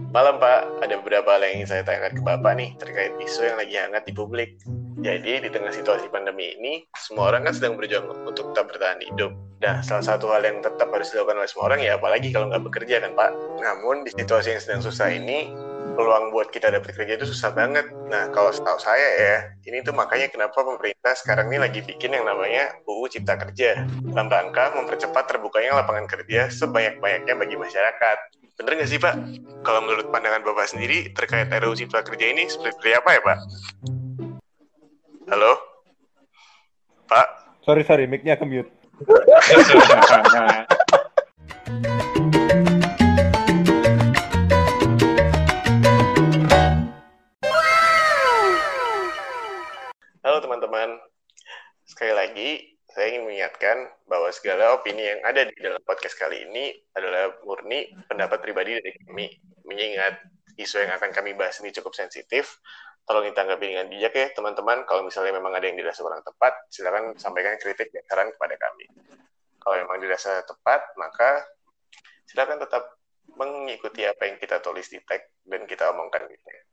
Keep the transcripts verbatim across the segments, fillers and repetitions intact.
Malam Pak, ada beberapa hal yang ingin saya tanyakan ke Bapak nih terkait isu yang lagi hangat di publik. Jadi di tengah situasi pandemi ini, semua orang kan sedang berjuang untuk tetap bertahan hidup. Nah, salah satu hal yang tetap harus dilakukan oleh semua orang ya apalagi kalau nggak bekerja kan Pak. Namun di situasi yang sedang susah ini, peluang buat kita dapat kerja itu susah banget. Nah, kalau setahu saya ya, ini tuh makanya kenapa pemerintah sekarang ini lagi bikin yang namanya U U Cipta Kerja dalam rangka mempercepat terbukanya lapangan kerja sebanyak-banyaknya bagi masyarakat. Bener nggak sih Pak? Kalau menurut pandangan Bapak sendiri terkait R U U Cipta Kerja ini seperti apa ya Pak? Halo? Pak? Sorry, sorry, mic-nya ke-mute. Halo teman-teman, sekali lagi saya ingin mengingatkan bahwa segala opini yang ada di dalam podcast kali ini adalah murni pendapat pribadi dari kami. Mengingat isu yang akan kami bahas ini cukup sensitif, tolong ditanggapi dengan bijak ya teman-teman. Kalau misalnya memang ada yang dirasa kurang tepat, silakan sampaikan kritik dan saran kepada kami. Kalau memang dirasa tepat, maka silakan tetap mengikuti apa yang kita tulis di tag dan kita omongkan gitu ya.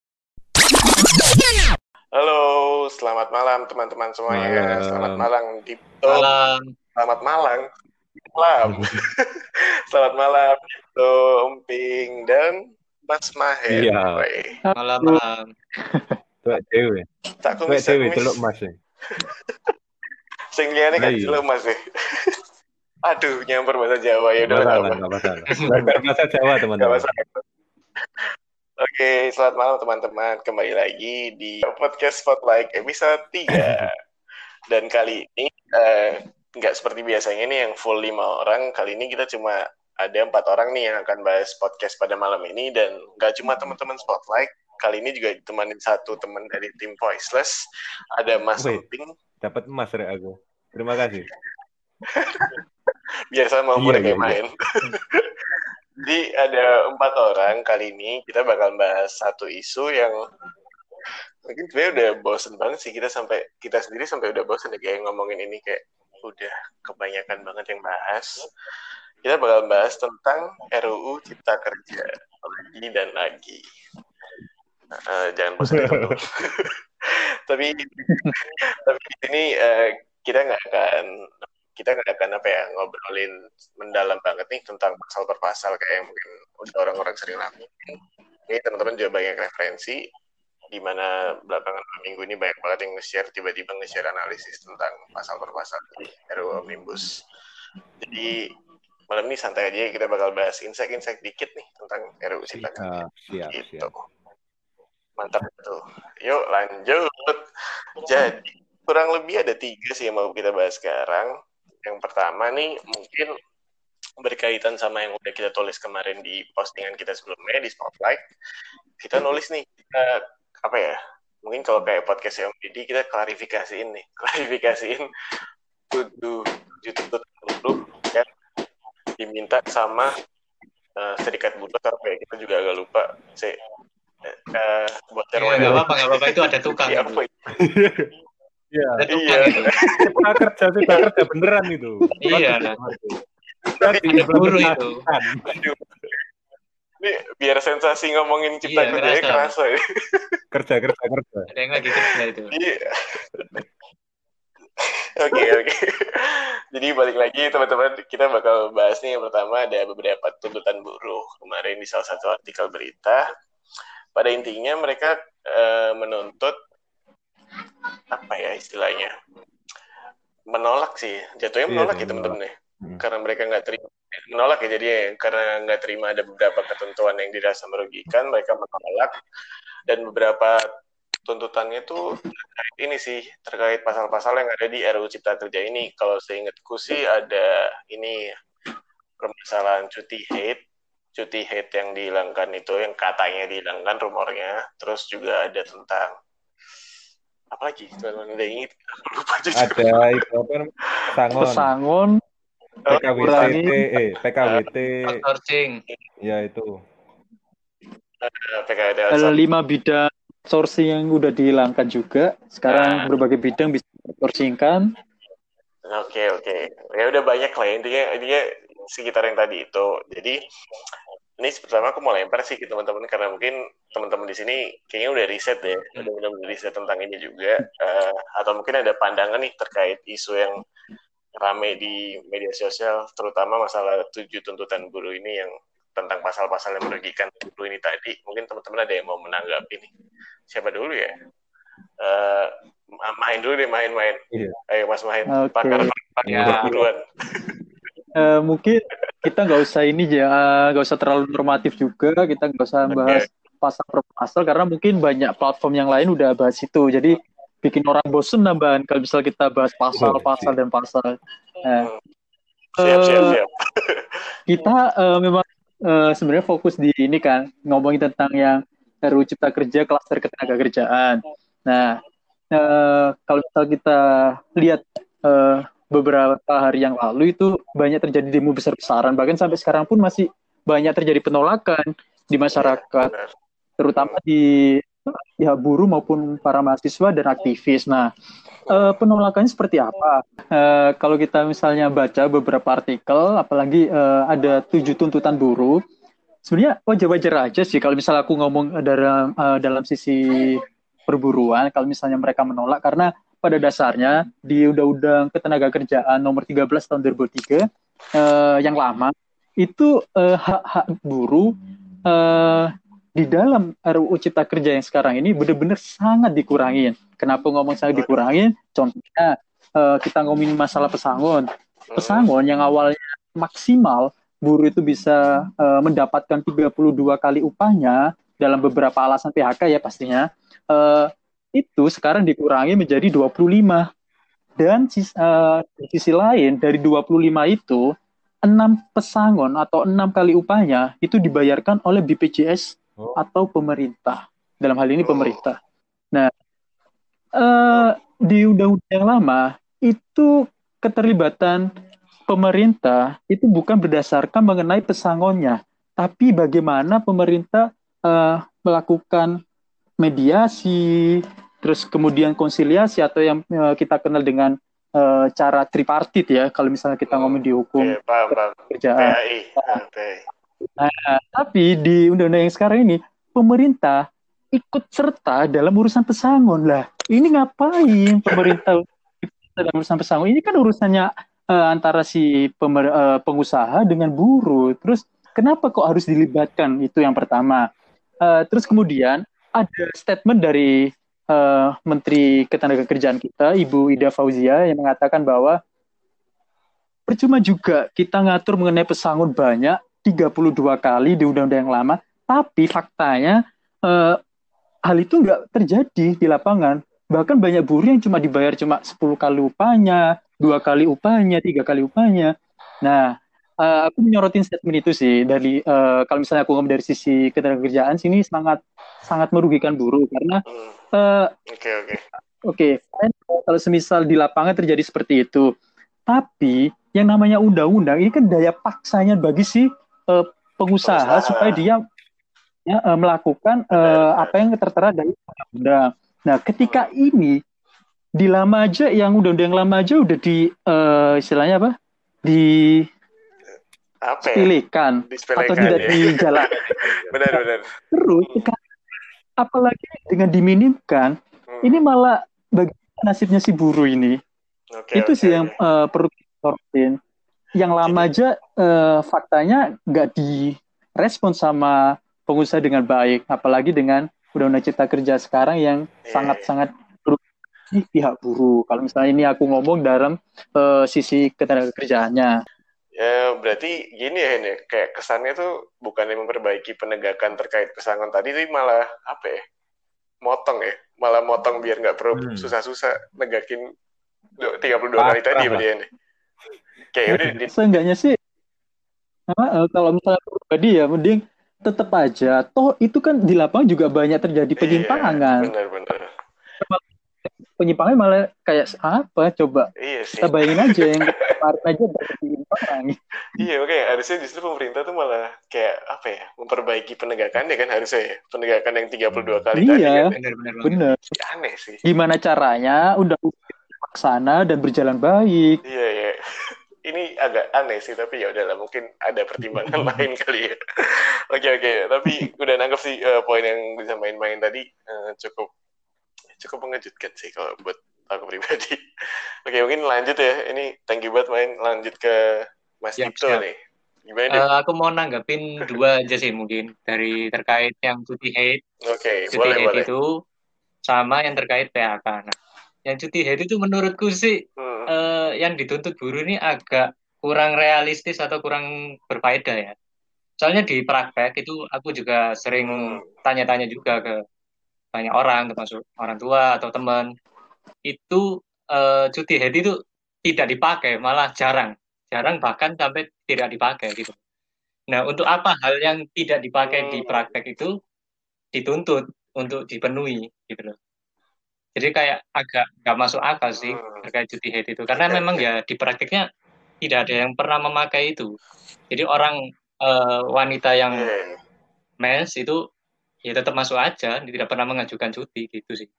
Halo, selamat malam teman-teman semuanya. Malam. Selamat malam di Malam. Selamat malam. Malam. Selamat malam Dito, Umping dan Mas Maher. Iya. Woi. Malam-malam. Tuh dewe. Tak Tuh kumis, dewe kumis. celuk Mas. e. Sing liyane kan Iya. celuk Mas. eh. Aduh, nyampur bahasa Jawa ya udah Enggak nggak masalah, apa. enggak masalah. Belajar bahasa Jawa, Nggak teman-teman. masalah. Oke, selamat malam teman-teman. Kembali lagi di podcast Spotlight episode tiga. Dan kali ini eh, nggak seperti biasanya nih yang full lima orang. Kali ini kita cuma ada empat orang nih yang akan bahas podcast pada malam ini. Dan nggak cuma teman-teman Spotlight. Kali ini juga ditemani satu teman dari tim Voiceless. Ada Mas Wih. Umping. Dapat emas rek aku. Terima kasih. Biar sama Iya, mereka iya, iya. main. Jadi ada empat orang kali ini kita bakal bahas satu isu yang mungkin sebenarnya udah bosen banget sih kita sampai kita sendiri sampai udah bosen ya kayak ngomongin ini kayak udah kebanyakan banget yang bahas. Kita bakal bahas tentang R U U Cipta Kerja lagi dan lagi. Uh, jangan bosan ya teman-teman. tapi tapi di sini uh, kita nggak akan kita nggak akan apa ya ngobrolin mendalam banget nih tentang pasal per pasal kayak yang mungkin udah orang-orang sering lakuin. Ini teman-teman juga banyak referensi di mana belakangan minggu ini banyak banget yang nge-share tiba-tiba nge-share analisis tentang pasal per pasal di R U U Omnibus. Jadi malam ini santai aja kita bakal bahas insight-insight dikit nih tentang R U U Cipta Kerja. Ah, siap, Gitu. siap. Mantap tuh. Yuk lanjut. Jadi kurang lebih ada tiga sih yang mau kita bahas sekarang. Yang pertama nih mungkin berkaitan sama yang udah kita tulis kemarin di postingan kita sebelumnya di Spotlight. Kita nulis nih, kita, apa ya, mungkin kalau kayak podcast yang jadi kita klarifikasiin nih, klarifikasiin tujuh tujuh dulu ya diminta sama uh, serikat buruh apa ya, kita juga agak lupa sih. Uh, buat Ya, nggak apa-apa, nggak apa-apa itu ada tukang. Iya, itu. apa? Iya. Ada tukang Iya. itu. Cipta kerja, cipta kerja beneran itu. Iya. Kita Ada guru itu. diimplementasikan. Aduh. Ini biar sensasi ngomongin cipta Iya, kerja kerasa. kerasa ya. Kerja, kerja, kerja. Ada yang lagi kerja itu. Iya. Oke, oke. Jadi balik lagi teman-teman, kita bakal bahas nih yang pertama ada beberapa tuntutan buruh. Kemarin di salah satu artikel berita, pada intinya mereka uh, menuntut apa ya istilahnya? Menolak sih, jatuhnya menolak Iya, ya teman-teman ya. Hmm. Karena mereka nggak terima, menolak ya jadinya ya. Karena nggak terima ada beberapa ketentuan yang dirasa merugikan, mereka menolak. Dan beberapa tuntutannya itu terkait ini sih, terkait pasal-pasal yang ada di R U U Cipta Kerja ini. Kalau seingatku sih ada ini permasalahan cuti haid, cuti haid yang dihilangkan itu, yang katanya dihilangkan rumornya. Terus juga ada tentang apa lagi? Teman-teman udah ingat? Lupa jujur. Ada itu apa namanya? Sangon. Pesangon, P K W T, kurangi. eh P K W T. Outsourcing. Ya itu. P K W T ada lima bidang outsourcing yang udah dihilangkan juga. Sekarang Nah. berbagai bidang bisa outsourcingkan. Oke, oke. Ya udah banyak lah ya. Intinya, intinya sekitar yang tadi itu. Jadi ini pertama aku mau lempar sih ke teman-teman karena mungkin teman-teman di sini kayaknya udah riset deh, Hmm. udah benar-benar riset tentang ini juga, uh, atau mungkin ada pandangan nih terkait isu yang rame di media sosial, terutama masalah tujuh tuntutan buruh ini yang tentang pasal-pasal yang merugikan buruh ini tadi. Mungkin teman-teman ada yang mau menanggapi nih. Siapa dulu ya? Uh, main dulu deh, main-main. Iya. Ayo Mas Main, Oke. pakar pakar Ya. buruan. Eh, mungkin kita nggak usah ini ya, eh, nggak usah terlalu normatif juga. Kita nggak usah Oke. bahas pasal per pasal karena mungkin banyak platform yang lain udah bahas itu. Jadi bikin orang bosen nambahan kalau misal kita bahas pasal, pasal dan pasal. Nah, Siap, siap, eh, siap. kita eh, memang eh, sebenarnya fokus di ini kan ngomongin tentang yang R U U Cipta Kerja, klaster ketenagakerjaan. Nah, eh, kalau misal kita lihat eh, beberapa hari yang lalu itu banyak terjadi demo besar-besaran, bahkan sampai sekarang pun masih banyak terjadi penolakan di masyarakat, Benar. terutama di pihak buruh maupun para mahasiswa dan aktivis. Nah, eh, penolakannya seperti apa? Eh, kalau kita misalnya baca beberapa artikel, apalagi eh, ada tujuh tuntutan buruh, sebenarnya wajar-wajar aja sih kalau misalnya aku ngomong dalam eh, dalam sisi perburuan, kalau misalnya mereka menolak karena pada dasarnya di Undang-Undang Ketenagakerjaan nomor tiga belas tahun dua ribu tiga eh, yang lama itu eh, hak-hak buruh eh, di dalam R U U Cipta Kerja yang sekarang ini benar-benar sangat dikurangin. Kenapa ngomong sangat dikurangin? Contohnya eh, kita ngomongin masalah pesangon. Pesangon yang awalnya maksimal buruh itu bisa uh, mendapatkan tiga puluh dua kali upahnya dalam beberapa alasan P H K ya pastinya, uh, itu sekarang dikurangi menjadi dua puluh lima. Dan uh, di sisi lain dari dua puluh lima itu enam pesangon atau enam kali upahnya itu dibayarkan oleh B P J S Oh. atau pemerintah. Dalam hal ini pemerintah. Nah, uh, di undang-undang yang lama itu keterlibatan pemerintah itu bukan berdasarkan mengenai pesangonnya, tapi bagaimana pemerintah uh, melakukan mediasi, terus kemudian konsiliasi atau yang uh, kita kenal dengan uh, cara tripartit ya, kalau misalnya kita ngomong di hukum Oke, paham, paham. kerjaan. P H I. Ah, P H I. Nah, tapi di undang-undang yang sekarang ini pemerintah ikut serta dalam urusan pesangon lah. Ini ngapain pemerintah dalam urusan pesangon? Ini kan urusannya Uh, antara si pemer, uh, pengusaha dengan buruh. Terus kenapa kok harus dilibatkan? Itu yang pertama. Uh, terus kemudian ada statement dari uh, Menteri Ketenagakerjaan kita, Ibu Ida Fauzia, yang mengatakan bahwa percuma juga kita ngatur mengenai pesangon banyak, tiga puluh dua kali di undang-undang yang lama, tapi faktanya uh, hal itu nggak terjadi di lapangan. Bahkan banyak buruh yang cuma dibayar cuma sepuluh kali upahnya, dua kali upahnya, tiga kali upahnya. Nah, uh, aku menyorotin statement itu sih dari uh, kalau misalnya aku ngomong dari sisi ketenagakerjaan sini sangat sangat merugikan buruh karena oke oke oke kalau semisal di lapangan terjadi seperti itu, tapi yang namanya undang-undang ini kan daya paksanya bagi si uh, pengusaha, pengusaha supaya dia ya, uh, melakukan uh, apa yang tertera dari undang-undang. Nah, ketika ini di lama aja, yang undang-undang lama aja udah di uh, istilahnya apa? Di apa sepelekan ya? atau tidak ya. dijalankan. Benar-benar. Terus, apalagi dengan diminimkan, hmm. ini malah bagaimana nasibnya si buruh ini? Okay, Itu okay, sih okay. yang uh, perlu disorotin. Yang lama aja uh, faktanya nggak direspon sama pengusaha dengan baik, apalagi dengan Undang-Undang Cipta Kerja sekarang yang yeah. sangat-sangat di pihak buruh. Kalau misalnya ini aku ngomong dalam uh, sisi ketenagakerjaannya. Ya berarti gini ya ini, kayak kesannya tuh bukannya memperbaiki penegakan terkait pesangon tadi, tapi malah apa ya? Motong ya, malah motong biar nggak perlu hmm. susah-susah negakin tiga puluh dua kali tadi berarti ini. Kayak udah. Di... Seenggaknya sih, uh, kalau misalnya pribadi ya, mending tetap aja. Toh itu kan di lapangan juga banyak terjadi penyimpangan. Iya, benar-benar. Penyimpangan malah kayak apa coba? Iya sih. Kita bayangin aja yang kemarin aja banyak penyimpangan. Iya, oke. Harusnya justru pemerintah tuh malah kayak apa ya? Memperbaiki penegakannya kan harusnya ya. Penegakan yang tiga puluh dua kali iya, tadi kan. Benar-benar. Benar. Aneh sih. Gimana caranya udah laksana dan berjalan baik. Iya, iya. ini agak aneh sih, tapi ya udahlah, mungkin ada pertimbangan lain kali ya. Oke oke, tapi udah nangkep sih uh, poin yang bisa main-main tadi, uh, cukup cukup mengejutkan sih kalau buat aku pribadi. Oke, mungkin lanjut ya. Ini thank you banget main. Lanjut ke Mas Siap, Dito siap. nih. Gimana Dit? Eh, aku mau nanggepin dua aja sih mungkin dari terkait yang cuti haid, Oke, cuti boleh haid boleh. itu sama yang terkait P H K. Nah, yang cuti haid itu menurutku sih Hmm. eh, yang dituntut buruh ini agak kurang realistis atau kurang berfaedah ya. Soalnya di praktek itu aku juga sering Hmm. tanya-tanya juga ke banyak orang, termasuk orang tua atau teman. Itu eh, cuti haid itu tidak dipakai, malah jarang. Jarang bahkan sampai tidak dipakai gitu. Nah, untuk apa hal yang tidak dipakai di Hmm. praktek itu dituntut untuk dipenuhi gitu loh. Jadi kayak agak nggak masuk akal sih Hmm. terkait cuti haid itu. Karena Oke, memang oke. ya di prakteknya tidak ada yang pernah memakai itu. Jadi orang eh, wanita yang Yeah. mens itu ya tetap masuk aja, tidak pernah mengajukan cuti gitu sih.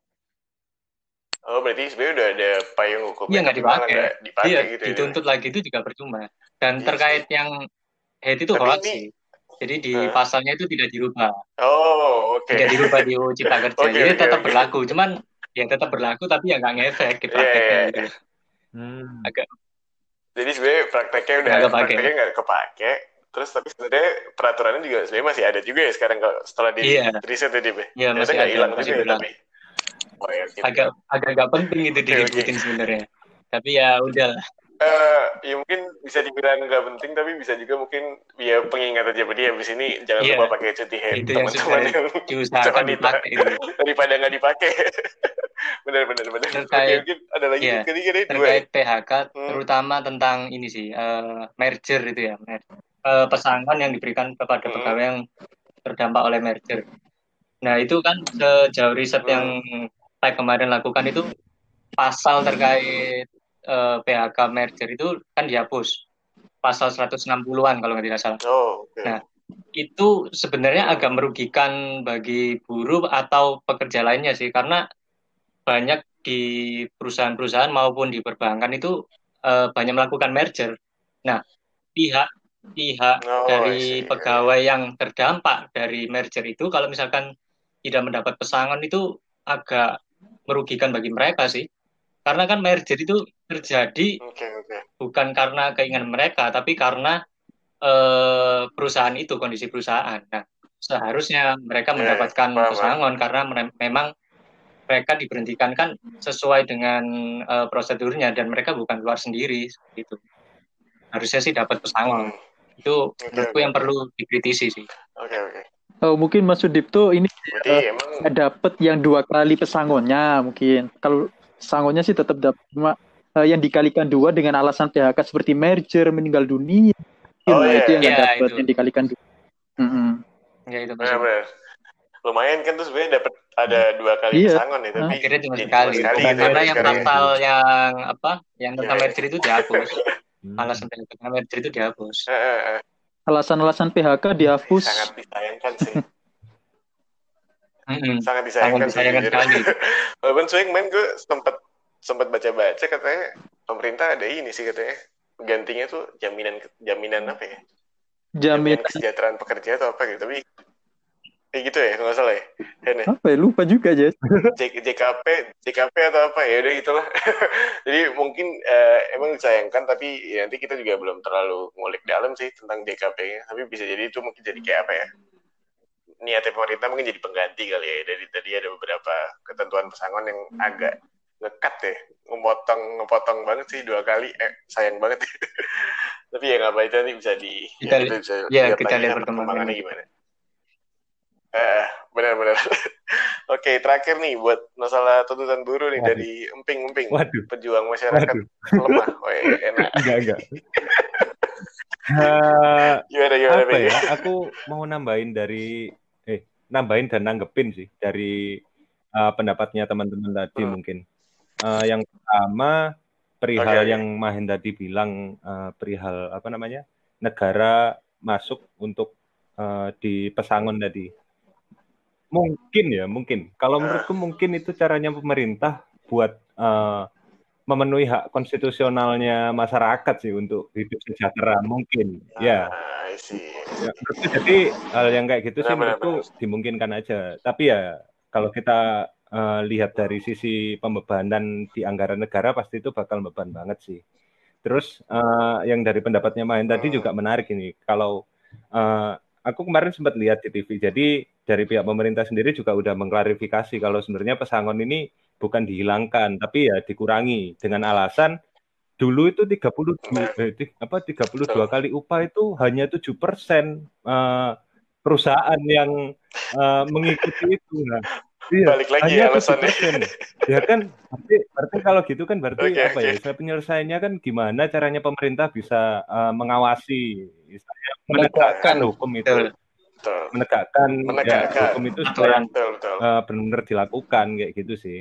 Oh, berarti sebenarnya udah ada payung hukumnya, Iya nggak tapi malah dipakai. nggak dipakai Iya gitu ya. Dit? dituntut lagi itu juga percuma. Dan Iya terkait sih. yang haid itu Tapi hoax ini, sih. Jadi di Hah? pasalnya itu tidak dirubah. Oh, oke. Tidak dirubah di U U Cipta Kerja. Oke, Jadi oke, tetap oke. berlaku. Cuman ya tetap berlaku tapi ya nggak ngefek di Iya, prakteknya iya, gitu iya. loh. Hmm. Agak Jadi sebenarnya prakteknya udah nggak kepake. prakteknya nggak kepake. Terus tapi sebenarnya peraturannya juga sebenarnya masih ada juga ya sekarang kalau setelah di Iya, riset ya Dip. iya Ternyata masih nggak ada, hilang masih juga ya berlaku. tapi. Oh ya, gitu. Agak agak nggak penting itu Oke, oke. diributin sebenarnya. Tapi ya udah. Eh, ya mungkin bisa dibilang nggak penting tapi bisa juga mungkin ya pengingat aja jadi habis ini jangan Iya, lupa pakai cuti haid itu yang teman-teman sebenarnya yang diusahakan wanita dipakai itu. daripada nggak dipakai. Benar benar benar. Oke, Terkait mungkin ada lagi ya, ketiga deh dua ya. terkait P H K Hmm. terutama tentang ini sih eh, merger itu ya, mer- eh, pesangon yang diberikan kepada Hmm. pegawai yang terdampak oleh merger. Nah, itu kan sejauh riset yang Hmm. saya kemarin lakukan itu pasal terkait eh, P H K merger itu kan dihapus. Pasal seratus enam puluhan kalau nggak salah. Oh, oke. Nah, itu sebenarnya Hmm. agak merugikan bagi buruh atau pekerja lainnya sih, karena banyak di perusahaan-perusahaan maupun di perbankan itu eh, banyak melakukan merger. Nah, pihak pihak Oh, I dari see. pegawai yang terdampak dari merger itu kalau misalkan tidak mendapat pesangon itu agak merugikan bagi mereka sih. Karena kan merger itu terjadi Oke, oke. bukan karena keinginan mereka, tapi karena eh, perusahaan itu, kondisi perusahaan. Nah, seharusnya mereka Ya, ya. mendapatkan Paham, paham. pesangon karena mere- memang mereka diberhentikan kan sesuai dengan eh, prosedurnya dan mereka bukan keluar sendiri gitu. Harusnya sih dapat pesangon. Hmm. Itu Oke, menurutku oke, yang oke. perlu dikritisi sih. Oke, oke. Oh, mungkin Mas Sudipto ini Berarti eh, emang nggak dapet yang dua kali pesangonnya mungkin. Kalau pesangonnya sih tetap dapat, cuma eh, yang dikalikan dua dengan alasan P H K seperti merger, meninggal dunia. Oh Nah, iya, itu yang nggak Ya, dapat, itu. yang dikalikan dua. Mm-mm. Ya, itu maksudnya. benar-benar. Lumayan kan tuh sebenarnya dapat ada dua kali Iya. pesangon ya, tapi Akhirnya cuma jadi sekali. cuma sekali Bukan gitu ya Karena dari yang sekarang ya. pasal yang apa, yang Iya, tentang iya. merger itu dihapus. Hmm. Alasan tentang merger itu dihapus. Eh, eh, eh. Alasan-alasan P H K dihapus. Sangat disayangkan sih. Mm-mm. Sangat Sangat disayangkan sih disayangkan jujur. sekali. Walaupun swing main gue sempat sempat baca-baca katanya pemerintah ada ini sih katanya gantinya tuh jaminan jaminan apa ya? Jamin Jaminan kesejahteraan pekerja atau apa gitu. Tapi kayak gitu ya, kalau nggak salah ya. Dan ya, apa ya? Lupa juga, Jess. J- JKP, JKP atau apa ya udah itulah. Jadi mungkin eh, emang disayangkan tapi ya, nanti kita juga belum terlalu ngulik dalam sih tentang J K P-nya. Tapi bisa jadi itu mungkin jadi kayak apa ya? Niatnya pemerintah mungkin jadi pengganti kali ya. Dari tadi ada beberapa ketentuan pesangon yang agak ngekat ya, ngepotong ngepotong banget sih dua kali. Eh sayang banget. Tapi ya nggak apa-apa nanti bisa di Kita, ya, kita bisa ya, lihat kita lagi lihat sama perkembangannya. perkembangannya gimana. Eh, benar-benar. Oke, terakhir nih buat masalah tuntutan buruh nih Waduh. dari emping-emping, Waduh. pejuang masyarakat Waduh. lemah. Weh, enak. Enggak, enggak. Uh, Gimana gimana apa Pi? ya? Aku mau nambahin dari eh nambahin dan nanggepin sih dari uh, pendapatnya teman-teman tadi Hmm. mungkin. Uh, yang pertama perihal Oke, oke. yang Mahen tadi bilang uh, perihal apa namanya? Negara masuk untuk uh, di pesangon tadi. Mungkin ya, mungkin. Kalau Ah. menurutku mungkin itu caranya pemerintah buat uh, memenuhi hak konstitusionalnya masyarakat sih untuk hidup sejahtera mungkin. Ya. Ah, I see. Ya, menurutku jadi hal yang kayak gitu sih Benar, benar, menurutku benar. dimungkinkan aja. Tapi ya kalau kita eh, lihat dari sisi pembebanan di anggaran negara pasti itu bakal beban banget sih. Terus eh, yang dari pendapatnya Mahen tadi Hmm. juga menarik ini. Kalau eh, aku kemarin sempat lihat di T V. Jadi dari pihak pemerintah sendiri juga udah mengklarifikasi kalau sebenarnya pesangon ini bukan dihilangkan, tapi ya dikurangi dengan alasan dulu itu tiga puluh dua, Nah, eh, ti- apa tiga puluh dua betul. kali upah itu hanya tujuh persen eh, perusahaan yang eh, mengikuti itu. Nah, iya, Balik lagi hanya tujuh alasannya. persen. Ya kan, berarti, berarti kalau gitu kan berarti Oke, apa oke. ya? Istilah penyelesaiannya kan gimana caranya pemerintah bisa eh, mengawasi, istilahnya menegakkan Menegakkan. hukum itu, Betul. Betul. menegakkan ya Menegakkan. hukum itu supaya Aturan. Betul, betul. eh, benar-benar dilakukan kayak gitu sih.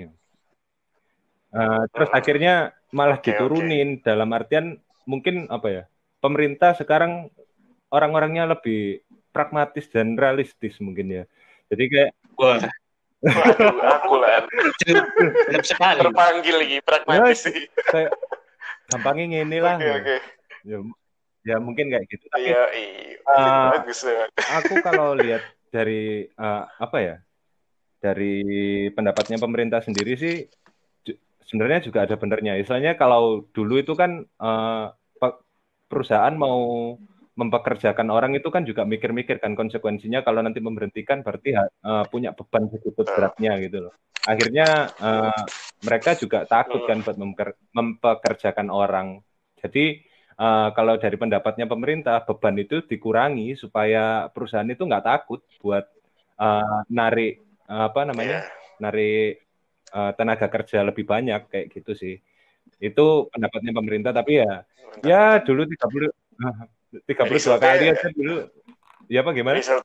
Eh, terus Hmm. akhirnya malah Oke, oke. diturunin dalam artian mungkin apa ya? Pemerintah sekarang orang-orangnya lebih pragmatis dan realistis mungkin ya. Jadi kayak Wah, Waduh, aku lah. benar sekali. Terpanggil lagi ya pragmatis sih. kayak gampangnya ngene lah. Oke, oke. Ya, ya mungkin kayak gitu. Tapi Iya, iya. eh, Bagus banget. aku kalau lihat dari eh, apa ya? Dari pendapatnya pemerintah sendiri sih ju- sebenarnya juga ada benernya. Istilahnya kalau dulu itu kan eh, pe- perusahaan mau mempekerjakan orang itu kan juga mikir-mikir kan konsekuensinya kalau nanti memberhentikan berarti ha- eh, punya beban segitu Betul. beratnya gitu loh. Akhirnya eh, mereka juga takut Hmm. kan buat memker- mempekerjakan orang. Jadi eh, kalau dari pendapatnya pemerintah beban itu dikurangi supaya perusahaan itu nggak takut buat eh, narik eh, apa namanya Iya. narik eh, tenaga kerja lebih banyak kayak gitu sih. Itu pendapatnya pemerintah tapi ya Mantap, ya mantap. dulu tiga puluh tiga puluh dua Resultnya, kali aja dulu. Ya apa gimana? result.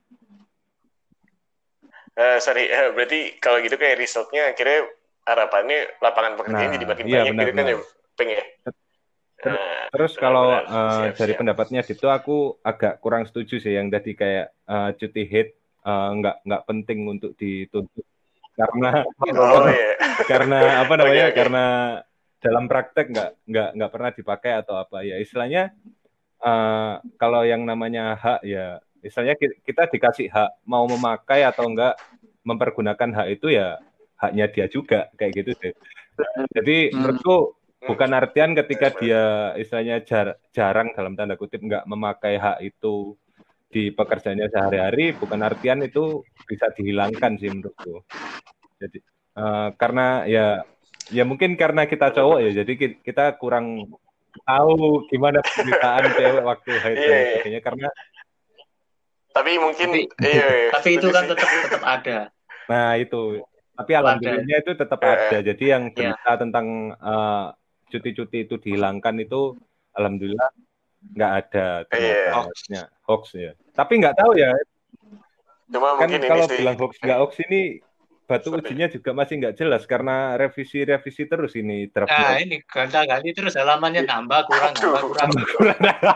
Eh, sorry, eh, berarti kalau gitu kayak resultnya akhirnya harapannya lapangan pekerjaan jadi Nah, makin iya banyak gitu kan ya, benar-benar. Peng ya? Ter- Nah, Terus kalau benar-benar. eh, Siap, dari siap. pendapatnya gitu aku agak kurang setuju sih yang tadi kayak eh, cuti haid eh, nggak nggak penting untuk dituntut karena Oh iya. karena apa Oke, namanya oke. karena dalam praktek nggak nggak nggak pernah dipakai atau apa ya istilahnya eh, kalau yang namanya hak ya istilahnya ki- kita dikasih hak mau memakai atau enggak mempergunakan hak itu ya haknya dia juga kayak gitu sih. Jadi Hmm. menurutku bukan Hmm. artian ketika Benar, dia istilahnya jar- jarang dalam tanda kutip nggak memakai hak itu di pekerjaannya sehari-hari bukan artian itu bisa dihilangkan sih menurutku. Jadi eh, karena ya ya mungkin karena kita cowok ya jadi ki- kita kurang tahu gimana penderitaan cewek waktu haid Iya, dan iya. sebagainya karena Tapi mungkin, Tapi, iya, iya. tapi itu setuju kan sih. tetap tetap ada. nah itu tapi Tetap ada. alhamdulillahnya itu tetap Eh, ada eh. jadi yang Ya, berita tentang eh, cuti-cuti itu dihilangkan itu alhamdulillah nggak ada ternyata Iya. hoax. maksudnya hoax ya tapi nggak tahu ya Cuma kan mungkin ini kalau sih. bilang hoax nggak hoax ini batu Sorry. ujinya juga masih nggak jelas karena revisi-revisi terus ini draft Nah, draft. ini ganti terus halamannya tambah kurang, Aduh. tambah kurang. Tambah kurang.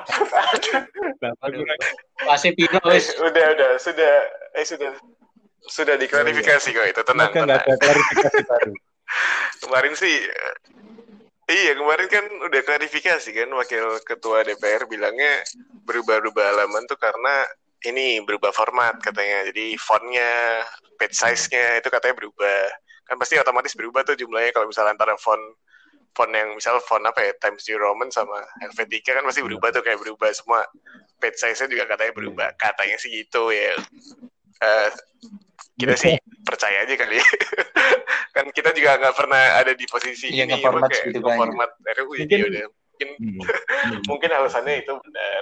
Tambah Aduh, kurang. masih piro Eh, wis. udah, udah, sudah, eh sudah, sudah diklarifikasi kok itu, tenang, Semoga nggak tenang. ada klarifikasi baru. Kemarin sih, eh, iya kemarin kan udah klarifikasi kan wakil ketua D P R bilangnya berubah-ubah halaman tuh karena ini berubah format katanya. Jadi fontnya, page size-nya itu katanya berubah. Kan pasti otomatis berubah tuh jumlahnya kalau misalnya antara font font yang misal font apa ya Times New Roman sama Helvetica kan pasti berubah tuh kayak berubah semua. Page size-nya juga katanya berubah. Katanya sih gitu ya. Uh, kita sih percaya aja kali ya. Kan kita juga nggak pernah ada di posisi Iya, ini ngeformat kayak gitu kan. ngeformat R U jadi Mungkin- udah mungkin Hmm. mungkin alasannya itu benar.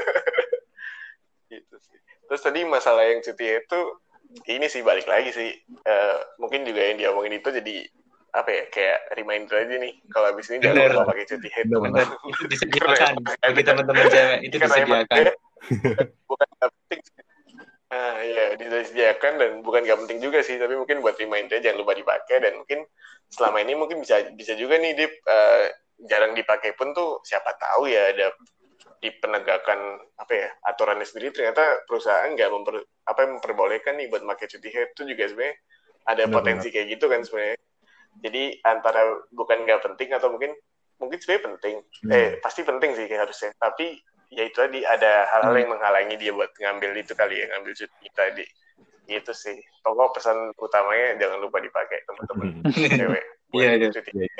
Gitu sih. Terus tadi masalah yang cuti itu ini sih balik lagi sih. Eh, mungkin juga yang diomongin itu jadi apa ya kayak reminder aja nih kalau abis ini jangan Bener. lupa pakai cuti head. Bener. Bener, itu disediakan bagi teman-teman cewek, itu Karena emang disediakan. dia bukan nggak penting sih. Ah iya disediakan dan bukan nggak penting juga sih tapi mungkin buat reminder jangan lupa dipakai dan mungkin selama ini mungkin bisa bisa juga nih Dip uh, jarang dipakai pun tuh siapa tahu ya ada di penegakan apa ya aturannya sendiri ternyata perusahaan nggak memper, apa memperbolehkan nih buat pakai cuti haid itu juga sebenarnya ada Benar, potensi kayak gitu kan sebenarnya Jadi antara bukan nggak penting atau mungkin mungkin sebenarnya penting, hmm. eh pasti penting sih harusnya. Tapi ya itu tadi ada hal-hal hmm. yang menghalangi dia buat ngambil itu kali ya, ngambil cuti tadi. Itu sih. Pokok pesan utamanya jangan lupa dipakai teman-teman cewek. Iya iya.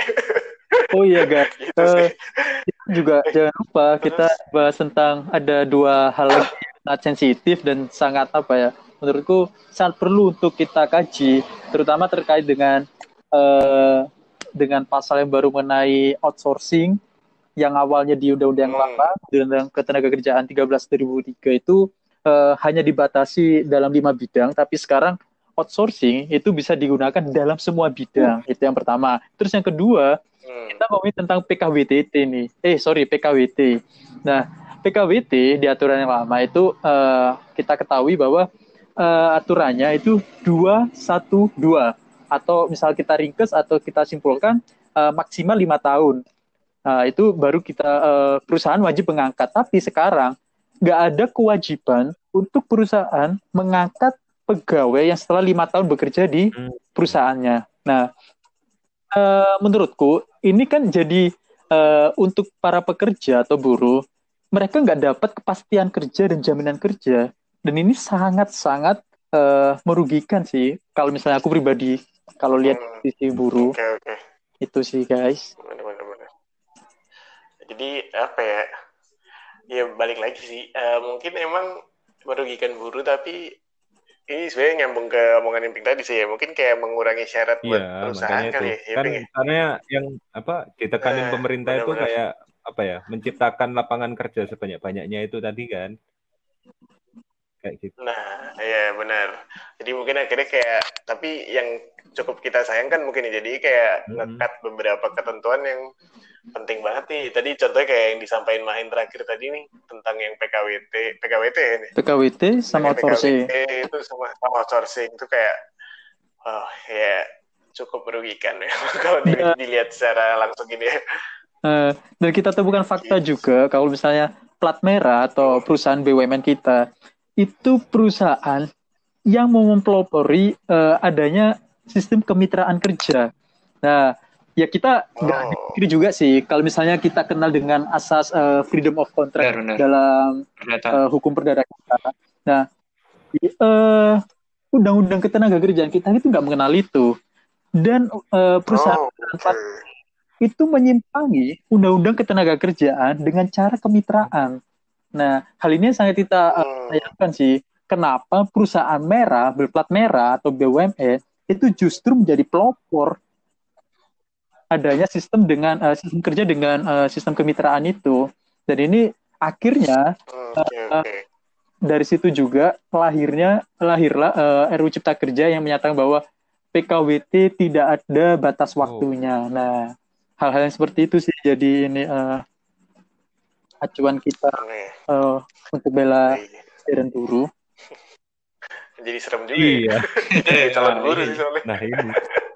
Oh iya guys. Gitu uh, juga jangan lupa kita bahas tentang ada dua hal lagi yang sangat sensitif dan sangat apa ya? Menurutku sangat perlu untuk kita kaji, terutama terkait dengan uh, dengan pasal yang baru mengenai outsourcing yang awalnya di undang-undang hmm. lama, undang-undang ketenagakerjaan tiga belas dua ribu tiga itu uh, hanya dibatasi dalam lima bidang, tapi sekarang outsourcing itu bisa digunakan dalam semua bidang. Itu yang pertama. Terus yang kedua, kita ngomongin tentang P K W T T nih. Eh, sorry, P K W T. Nah, P K W T di aturan yang lama itu uh, kita ketahui bahwa uh, aturannya itu dua satu dua. Atau misal kita ringkes atau kita simpulkan uh, maksimal lima tahun. Nah, itu baru kita uh, perusahaan wajib mengangkat. Tapi sekarang nggak ada kewajiban untuk perusahaan mengangkat pegawai yang setelah lima tahun bekerja di perusahaannya. Nah, uh, menurutku ini kan jadi uh, untuk para pekerja atau buruh, mereka nggak dapat kepastian kerja dan jaminan kerja. Dan ini sangat-sangat uh, merugikan sih. Kalau misalnya aku pribadi, kalau lihat hmm. sisi buruh, okay, okay. Itu sih guys. Benar-benar. Jadi apa ya? Ya balik lagi sih. Uh, mungkin emang merugikan buruh, tapi ini sebenarnya nyambung ke omongan Imping tadi sih ya, mungkin kayak mengurangi syarat buat iya, perusahaan kali ya. Kan ya? Karena yang apa ditekanin nah, pemerintah bener-bener. Itu kayak apa ya, menciptakan lapangan kerja sebanyak-banyaknya itu tadi kan. Kayak gitu. Nah, ya benar. Jadi mungkin akhirnya kayak, tapi yang cukup kita sayangkan mungkin ya, jadi kayak hmm. ngekat beberapa ketentuan yang penting banget nih. Tadi contohnya kayak yang disampaikan Mahin terakhir tadi nih tentang yang P K W T, P K W T ini. P K W T sama outsourcing. P K W T itu sama, sama outsourcing itu kayak, oh ya cukup merugikan ya kalau di, uh, dilihat secara langsung gini ya. Uh, dan kita temukan fakta gitu. Juga kalau misalnya plat merah atau perusahaan B U M N kita itu perusahaan yang mau mempelopori uh, adanya sistem kemitraan kerja. Nah, ya kita nggak oh. dipikir juga sih kalau misalnya kita kenal dengan asas uh, freedom of contract benar, benar. dalam uh, hukum perdata kita. Nah, uh, undang-undang ketenagakerjaan kita itu nggak mengenal itu, dan uh, perusahaan oh, okay. itu menyimpangi undang-undang ketenagakerjaan dengan cara kemitraan. Nah, hal ini sangat kita uh, sayangkan sih. Kenapa perusahaan merah berplat merah atau B U M N itu justru menjadi pelopor adanya sistem dengan uh, sistem kerja dengan uh, sistem kemitraan itu. Dan ini akhirnya okay, uh, okay. dari situ juga lahirnya lahirlah uh, R U Cipta Kerja yang menyatakan bahwa P K W T tidak ada batas waktunya. Oh. Nah, hal-hal yang seperti itu sih jadi ini uh, acuan kita uh, untuk bela dan buruh. Jadi serem juga iya. ya. Jadi calon buruh sih soalnya. Nah ini.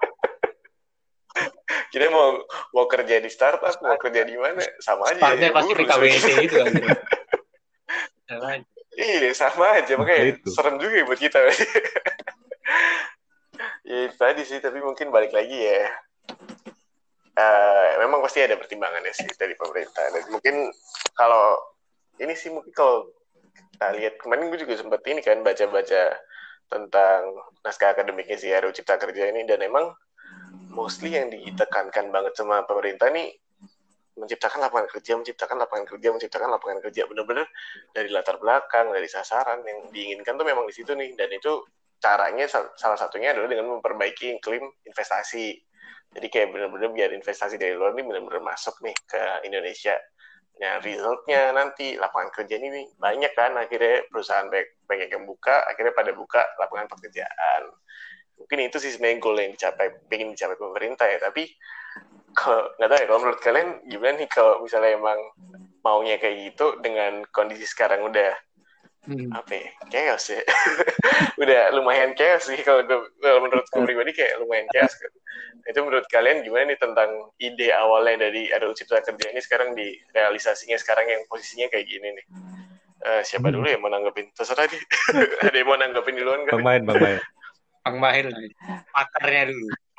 Kita mau mau kerja di startup, mau kerja di mana, sama aja. Startnya pasti P K W T itu kan. Iya, sama aja. Makanya serem juga buat kita. Ya tadi sih, tapi mungkin balik lagi ya. Uh, memang pasti ada pertimbangannya sih dari pemerintah. Dan mungkin kalau ini sih mungkin kalau kita lihat kemarin gue juga sempat ini kan baca-baca tentang naskah akademiknya si R U Cipta Kerja ini, dan emang mostly yang ditekankan banget sama pemerintah nih menciptakan lapangan kerja, menciptakan lapangan kerja, menciptakan lapangan kerja, benar-benar dari latar belakang, dari sasaran yang diinginkan tuh memang di situ nih. Dan itu caranya salah satunya adalah dengan memperbaiki iklim investasi. Jadi kayak benar-benar biar investasi dari luar ini benar-benar masuk nih ke Indonesia. Nah, resultnya nanti lapangan kerja ini banyak kan, akhirnya perusahaan banyak yang buka, akhirnya pada buka lapangan pekerjaan. Mungkin itu sih sebenarnya goal yang dicapai, pengen dicapai pemerintah ya. Tapi kalau nggak tahu ya, kalau menurut kalian gimana nih kalau misalnya emang maunya kayak gitu dengan kondisi sekarang udah hmm. apa ya, chaos ya. Udah lumayan chaos sih kalau, kalau menurut gue pribadi kayak lumayan chaos kan. Itu menurut kalian gimana nih tentang ide awalnya dari R U Cipta Kerja ini sekarang di realisasinya sekarang yang posisinya kayak gini nih? Uh, siapa hmm. dulu yang mau nanggepin? Terserah deh. Ada yang mau nanggepin duluan kan? Bang Main, Bang Main. Bang Main lah. Pakarnya dulu.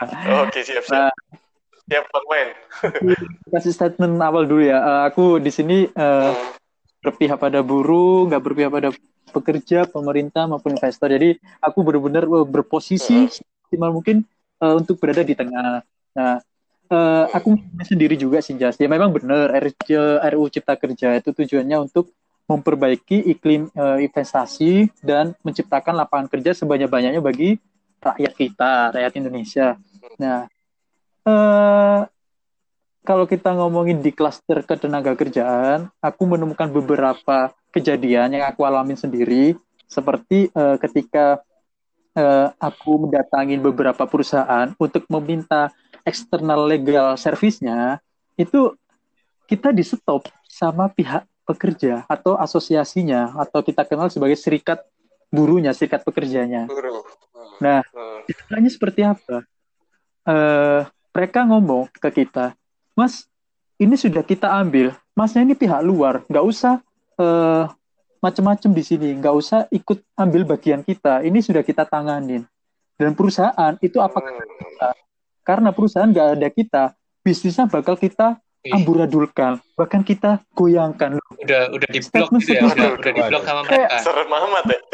Oke, siap siap. Nah, Siap Bang Main. kasih statement awal dulu ya. Eh, aku di sini eh, Hmm. berpihak pada buruh, nggak berpihak pada pekerja, pemerintah maupun investor. Jadi aku benar-benar eh, berposisi Hmm. semaksimal mungkin eh, untuk berada di tengah. Nah, eh, aku sendiri juga sih Jas. Ya memang benar R U Cipta Kerja itu tujuannya untuk memperbaiki iklim eh, investasi dan menciptakan lapangan kerja sebanyak-banyaknya bagi rakyat kita, rakyat Indonesia. Nah, eh, kalau kita ngomongin di klaster ketenaga kerjaan, aku menemukan beberapa kejadian yang aku alamin sendiri, seperti eh, ketika eh, aku mendatangi beberapa perusahaan untuk meminta eksternal legal service-nya, itu kita di stop sama pihak pekerja atau asosiasinya, atau kita kenal sebagai serikat buruhnya, serikat pekerjanya. Guru. Nah, Hmm. istilahnya seperti apa? Eh, mereka ngomong ke kita, Mas, ini sudah kita ambil, Masnya ini pihak luar, nggak usah eh, macam-macam di sini, nggak usah ikut ambil bagian kita, ini sudah kita tanganin. Dan perusahaan itu apa kata kita? Karena perusahaan nggak ada kita, bisnisnya bakal kita Ih, amburadulkan, bahkan kita goyangkan. udah udah di blok Statement gitu ya, seperti udah Waduh, udah di blok sama kayak mereka. serem amat ya.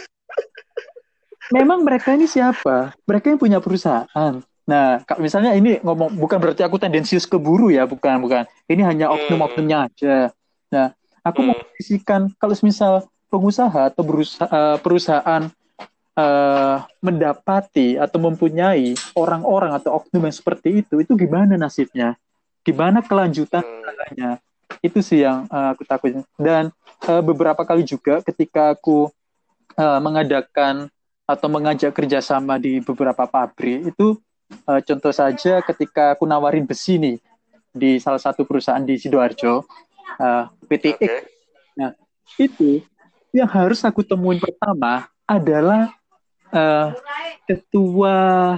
memang mereka ini siapa? Mereka yang punya perusahaan. Nah, kalau misalnya ini ngomong, bukan berarti aku tendensius ke buruh ya, bukan, bukan. Ini hanya Hmm. oknum-oknumnya aja. Nah, aku mau Hmm. posisikan kalau misal pengusaha atau berusaha, eh, perusahaan eh, mendapati atau mempunyai orang-orang atau oknum yang seperti itu, itu gimana nasibnya? Gimana kelanjutan Hmm. usahanya? Itu sih yang eh, aku takutin. Dan eh, beberapa kali juga ketika aku eh, mengadakan atau mengajak kerjasama di beberapa pabrik, itu eh, contoh saja ketika aku nawarin besi nih di salah satu perusahaan di Sidoarjo, eh, P T X. Oke. Nah, itu yang harus aku temuin pertama adalah eh, ketua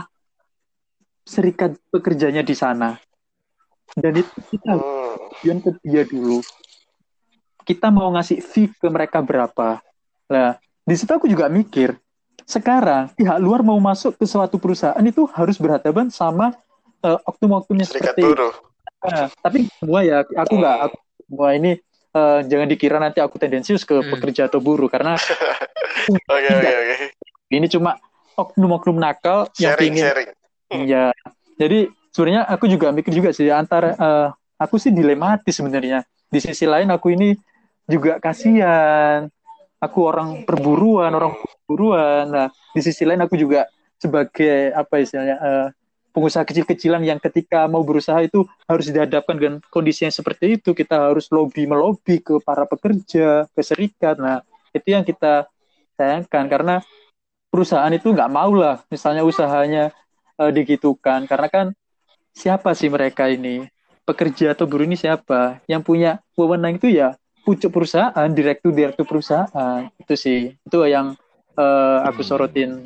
serikat pekerjanya di sana. Dan itu kita Hmm. tujuan ke dia dulu. Kita mau ngasih fee ke mereka berapa. Nah, di situ aku juga mikir, sekarang pihak luar mau masuk ke suatu perusahaan itu harus berhadapan sama uh, oknum-oknumnya Serikat seperti buruh. nah, tapi semua ya aku nggak aku semua ini uh, jangan dikira nanti aku tendensius ke Hmm. pekerja atau buruh karena Oke oke oke. ini cuma oknum-oknum nakal yang Sharing pingin sharing. ya. Jadi sebenarnya aku juga mikir juga sih antara uh, aku sih dilematis sebenarnya. Di sisi lain aku ini juga kasihan. Aku orang perburuan, orang perburuan. Nah, di sisi lain aku juga sebagai apa istilahnya uh, pengusaha kecil-kecilan yang ketika mau berusaha itu harus dihadapkan dengan kondisi yang seperti itu. Kita harus lobby melobi ke para pekerja, ke serikat. Nah, itu yang kita sayangkan karena perusahaan itu nggak mau lah, misalnya usahanya uh, digitukan. Karena kan siapa sih mereka ini? Pekerja atau buruh ini siapa? Yang punya wewenang itu ya pucuk perusahaan, direktur-direktur perusahaan. Itu sih, itu yang uh, aku sorotin.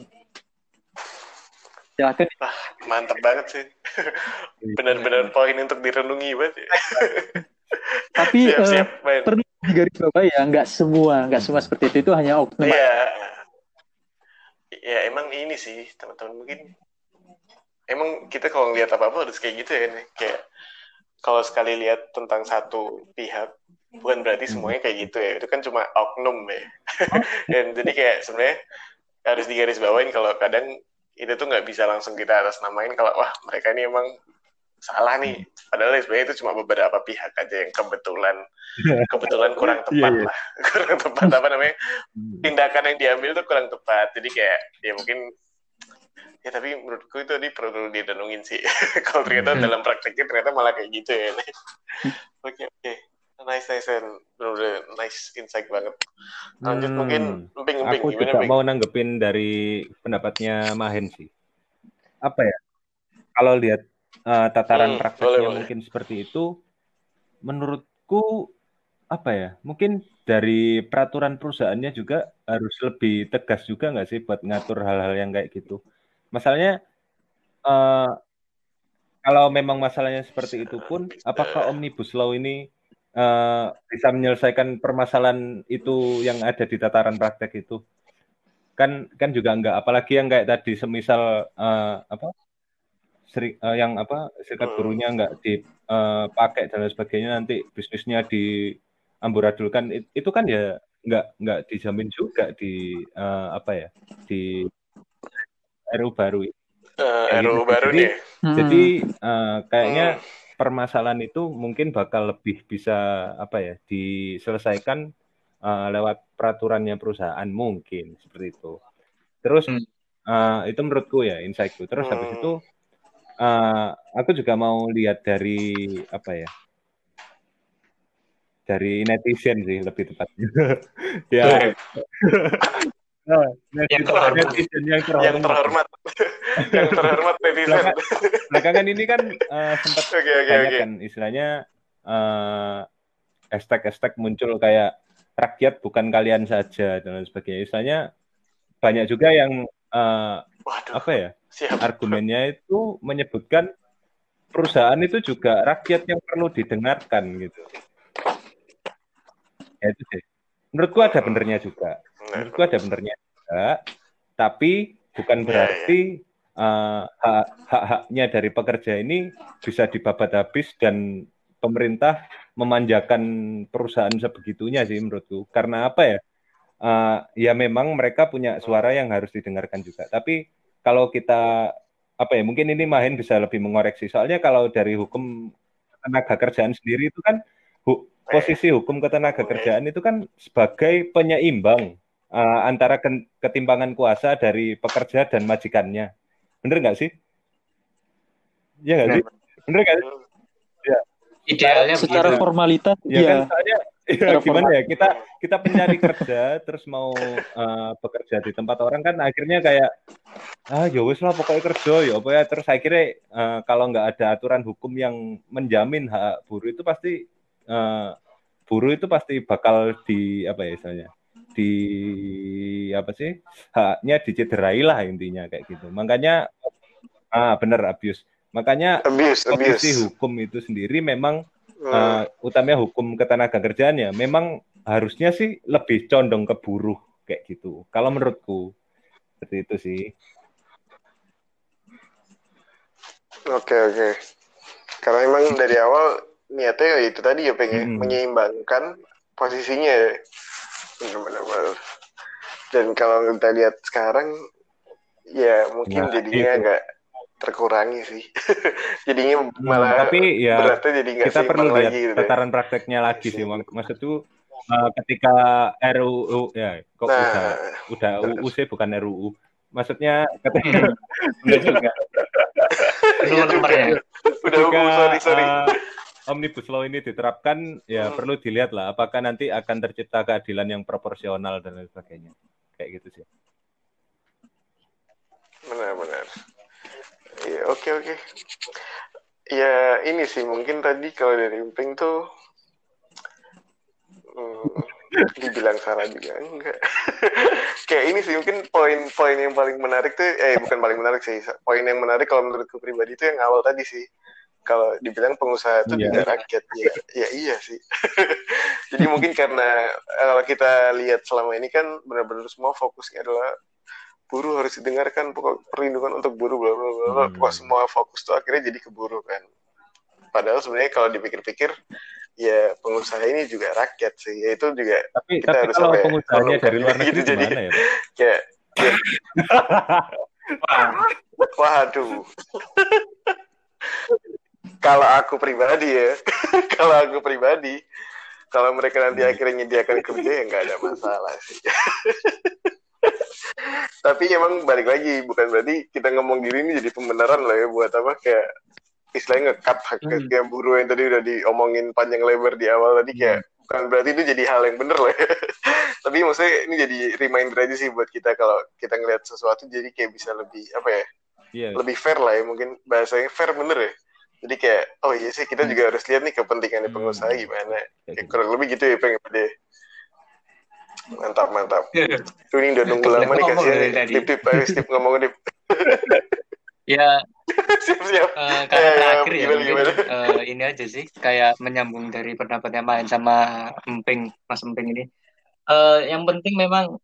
Ya kan? Wah, mantap banget sih. Benar-benar poin untuk direnungi banget ya. Tapi Siap uh, siap main. perlu digarisbawahi ya, nggak semua, nggak semua seperti itu. Itu hanya oknum. Iya. Ya emang ini sih teman-teman mungkin. Emang kita kalau ngeliat apa-apa harus kayak gitu ya nih. Kayak kalau sekali lihat tentang satu pihak, bukan berarti semuanya kayak gitu ya. Itu kan cuma oknum ya. Dan jadi kayak sebenarnya harus digarisbawain kalau kadang itu tuh nggak bisa langsung kita atas namain kalau wah mereka ini emang salah nih. Padahal sebenarnya itu cuma beberapa pihak aja yang kebetulan kebetulan kurang tepat Iya, iya. lah. Kurang tepat apa namanya? Tindakan yang diambil tuh kurang tepat. Jadi kayak ya mungkin ya tapi menurutku itu tadi perlu direnungin sih. Kalau ternyata dalam prakteknya ternyata malah kayak gitu ya. Oke oke. Nice nice benar-benar nice insight banget. Lanjut Hmm, mungkin emping-emping Aku gimana juga Emping? mau nanggepin dari pendapatnya Mahen sih. Apa ya? Kalau lihat uh, tataran Hmm, prakteknya boleh, boleh. mungkin seperti itu, menurutku apa ya? Mungkin dari peraturan perusahaannya juga harus lebih tegas juga nggak sih buat ngatur hal-hal yang kayak gitu. Masalahnya uh, kalau memang masalahnya seperti itu pun, apakah Omnibus Law ini uh, bisa menyelesaikan permasalahan itu yang ada di tataran praktek itu? Kan kan juga enggak, apalagi yang kayak tadi semisal uh, apa seri, uh, yang apa serikat buruhnya nggak dipakai uh, dan lain sebagainya, nanti bisnisnya diamburadulkan, It, itu kan ya nggak nggak dijamin juga di uh, apa ya di R U baru ini. Uh, Kayak R U gitu. baru Jadi, deh. jadi uh, kayaknya Hmm. permasalahan itu mungkin bakal lebih bisa apa ya diselesaikan uh, lewat peraturannya perusahaan, mungkin seperti itu. Terus Hmm. uh, itu menurutku ya insightku. Terus Hmm. habis itu uh, aku juga mau lihat dari apa ya dari netizen sih lebih tepatnya. Ya. Nah, Yang netizen, terhormat. netizen yang terhormat. Yang terhormat. Yang terhormat netizen. Belakang, belakangan ini kan uh, sempat Oke, oke, banyak oke. kan istilahnya uh, hashtag-hashtag muncul kayak rakyat bukan kalian saja dan lain sebagainya. Istilahnya banyak juga yang uh, Waduh, apa ya siap. argumennya itu menyebutkan perusahaan itu juga rakyat yang perlu didengarkan gitu. Ya itu sih. Menurutku ada benernya juga. Menurutku ada benernya juga. Tapi bukan berarti uh, hak, hak-haknya dari pekerja ini bisa dibabat habis dan pemerintah memanjakan perusahaan sebegitunya sih menurutku. Karena apa ya? Uh, ya memang mereka punya suara yang harus didengarkan juga. Tapi kalau kita apa ya? Mungkin ini Mahin bisa lebih mengoreksi. Soalnya kalau dari hukum tenaga kerjaan sendiri itu kan hu, posisi hukum ketenaga kerjaan itu kan sebagai penyeimbang uh, antara ketimpangan kuasa dari pekerja dan majikannya. Bener nggak sih? Iya nggak sih? Bener nggak sih? Ya. Idealnya secara begitu. formalitas ya, ya. Kan soalnya ya, gimana ya kita kita pencari kerja terus mau uh, bekerja di tempat orang kan akhirnya kayak ah ya wis lah pokoknya kerja ya apa ya terus akhirnya uh, kalau nggak ada aturan hukum yang menjamin hak buruh itu pasti uh, buruh itu pasti bakal di apa ya istilahnya di apa sih haknya dicederai lah intinya kayak gitu. Makanya ah bener abuse. Makanya abuse, posisi abuse. hukum itu sendiri memang uh, utamanya hukum ketenaga kerjaan ya memang harusnya sih lebih condong ke buruh kayak gitu. Kalau menurutku seperti itu sih. Oke okay, oke. Okay. Karena memang dari awal niatnya itu tadi ya pengen Mm-hmm. menyeimbangkan posisinya ya. Benar-benar. Dan kalau kita lihat sekarang ya mungkin nah, jadinya itu. agak terkurangi sih. Jadinya malah hmm, tapi ya beratnya jadi nggak kita perlu lihat lagi, gitu tataran prakteknya lagi sih. Maksud tuh uh, ketika R U U ya kok nah, udah udah U U sih bukan R U U. Maksudnya ketika udah juga. Iya juga. Udah U U, sorry sorry. Uh, Omnibus Law ini diterapkan ya hmm. perlu dilihat lah apakah nanti akan tercipta keadilan yang proporsional dan lain sebagainya. Kayak gitu sih. Benar-benar. Ya, oke okay, oke. Okay. Ya ini sih mungkin tadi kalau dari Umping tuh hmm, dibilang salah juga enggak. Kayak ini sih mungkin poin-poin yang paling menarik tuh eh bukan paling menarik sih. Poin yang menarik kalau menurutku pribadi itu yang awal tadi sih. Kalau dibilang pengusaha itu yeah. juga rakyat ya, ya iya sih. Jadi mungkin karena kalau kita lihat selama ini kan benar-benar semua fokusnya adalah buruh harus didengarkan, pokok perlindungan untuk buruh, bla bla bla. Hmm. Pokok semua fokus tuh akhirnya jadi ke buruh kan. Padahal sebenarnya kalau dipikir-pikir, ya pengusaha ini juga rakyat sih. Ya itu juga tapi, kita tapi harus kalau pengusahanya dari luar negeri gitu, gimana jadi, ya, Pak? Kayak, ya. Waduh. Kalau aku pribadi ya, kalau aku pribadi, kalau mereka nanti hmm. akhirnya menyediakan kerja ya nggak ada masalah sih. Tapi emang balik lagi, bukan berarti kita ngomong gini ini jadi pembenaran lah ya buat apa kayak istilahnya nge-cut hak hmm. yang buruh yang tadi udah diomongin panjang lebar di awal tadi kayak hmm. bukan berarti itu jadi hal yang bener lah ya. Tapi maksudnya ini jadi reminder aja sih buat kita kalau kita ngelihat sesuatu jadi kayak bisa lebih apa ya, yeah. lebih fair lah ya, mungkin bahasanya fair bener ya. Jadi kayak oh iya sih kita hmm. juga harus lihat nih kepentingan pengusaha hmm. gimana. Kayak kurang lebih gitu ya pengen deh. Mantap mantap. Tuh ini udah nunggu lama nih kasihan nih. Tip-tip ayo tip ngomong Dip. Ya. Siap-siap. Uh, karena terakhir ya, ya mungkin, uh, ini aja sih kayak menyambung dari pendapatnya Main sama Emping, Mas Emping ini. Uh, yang penting memang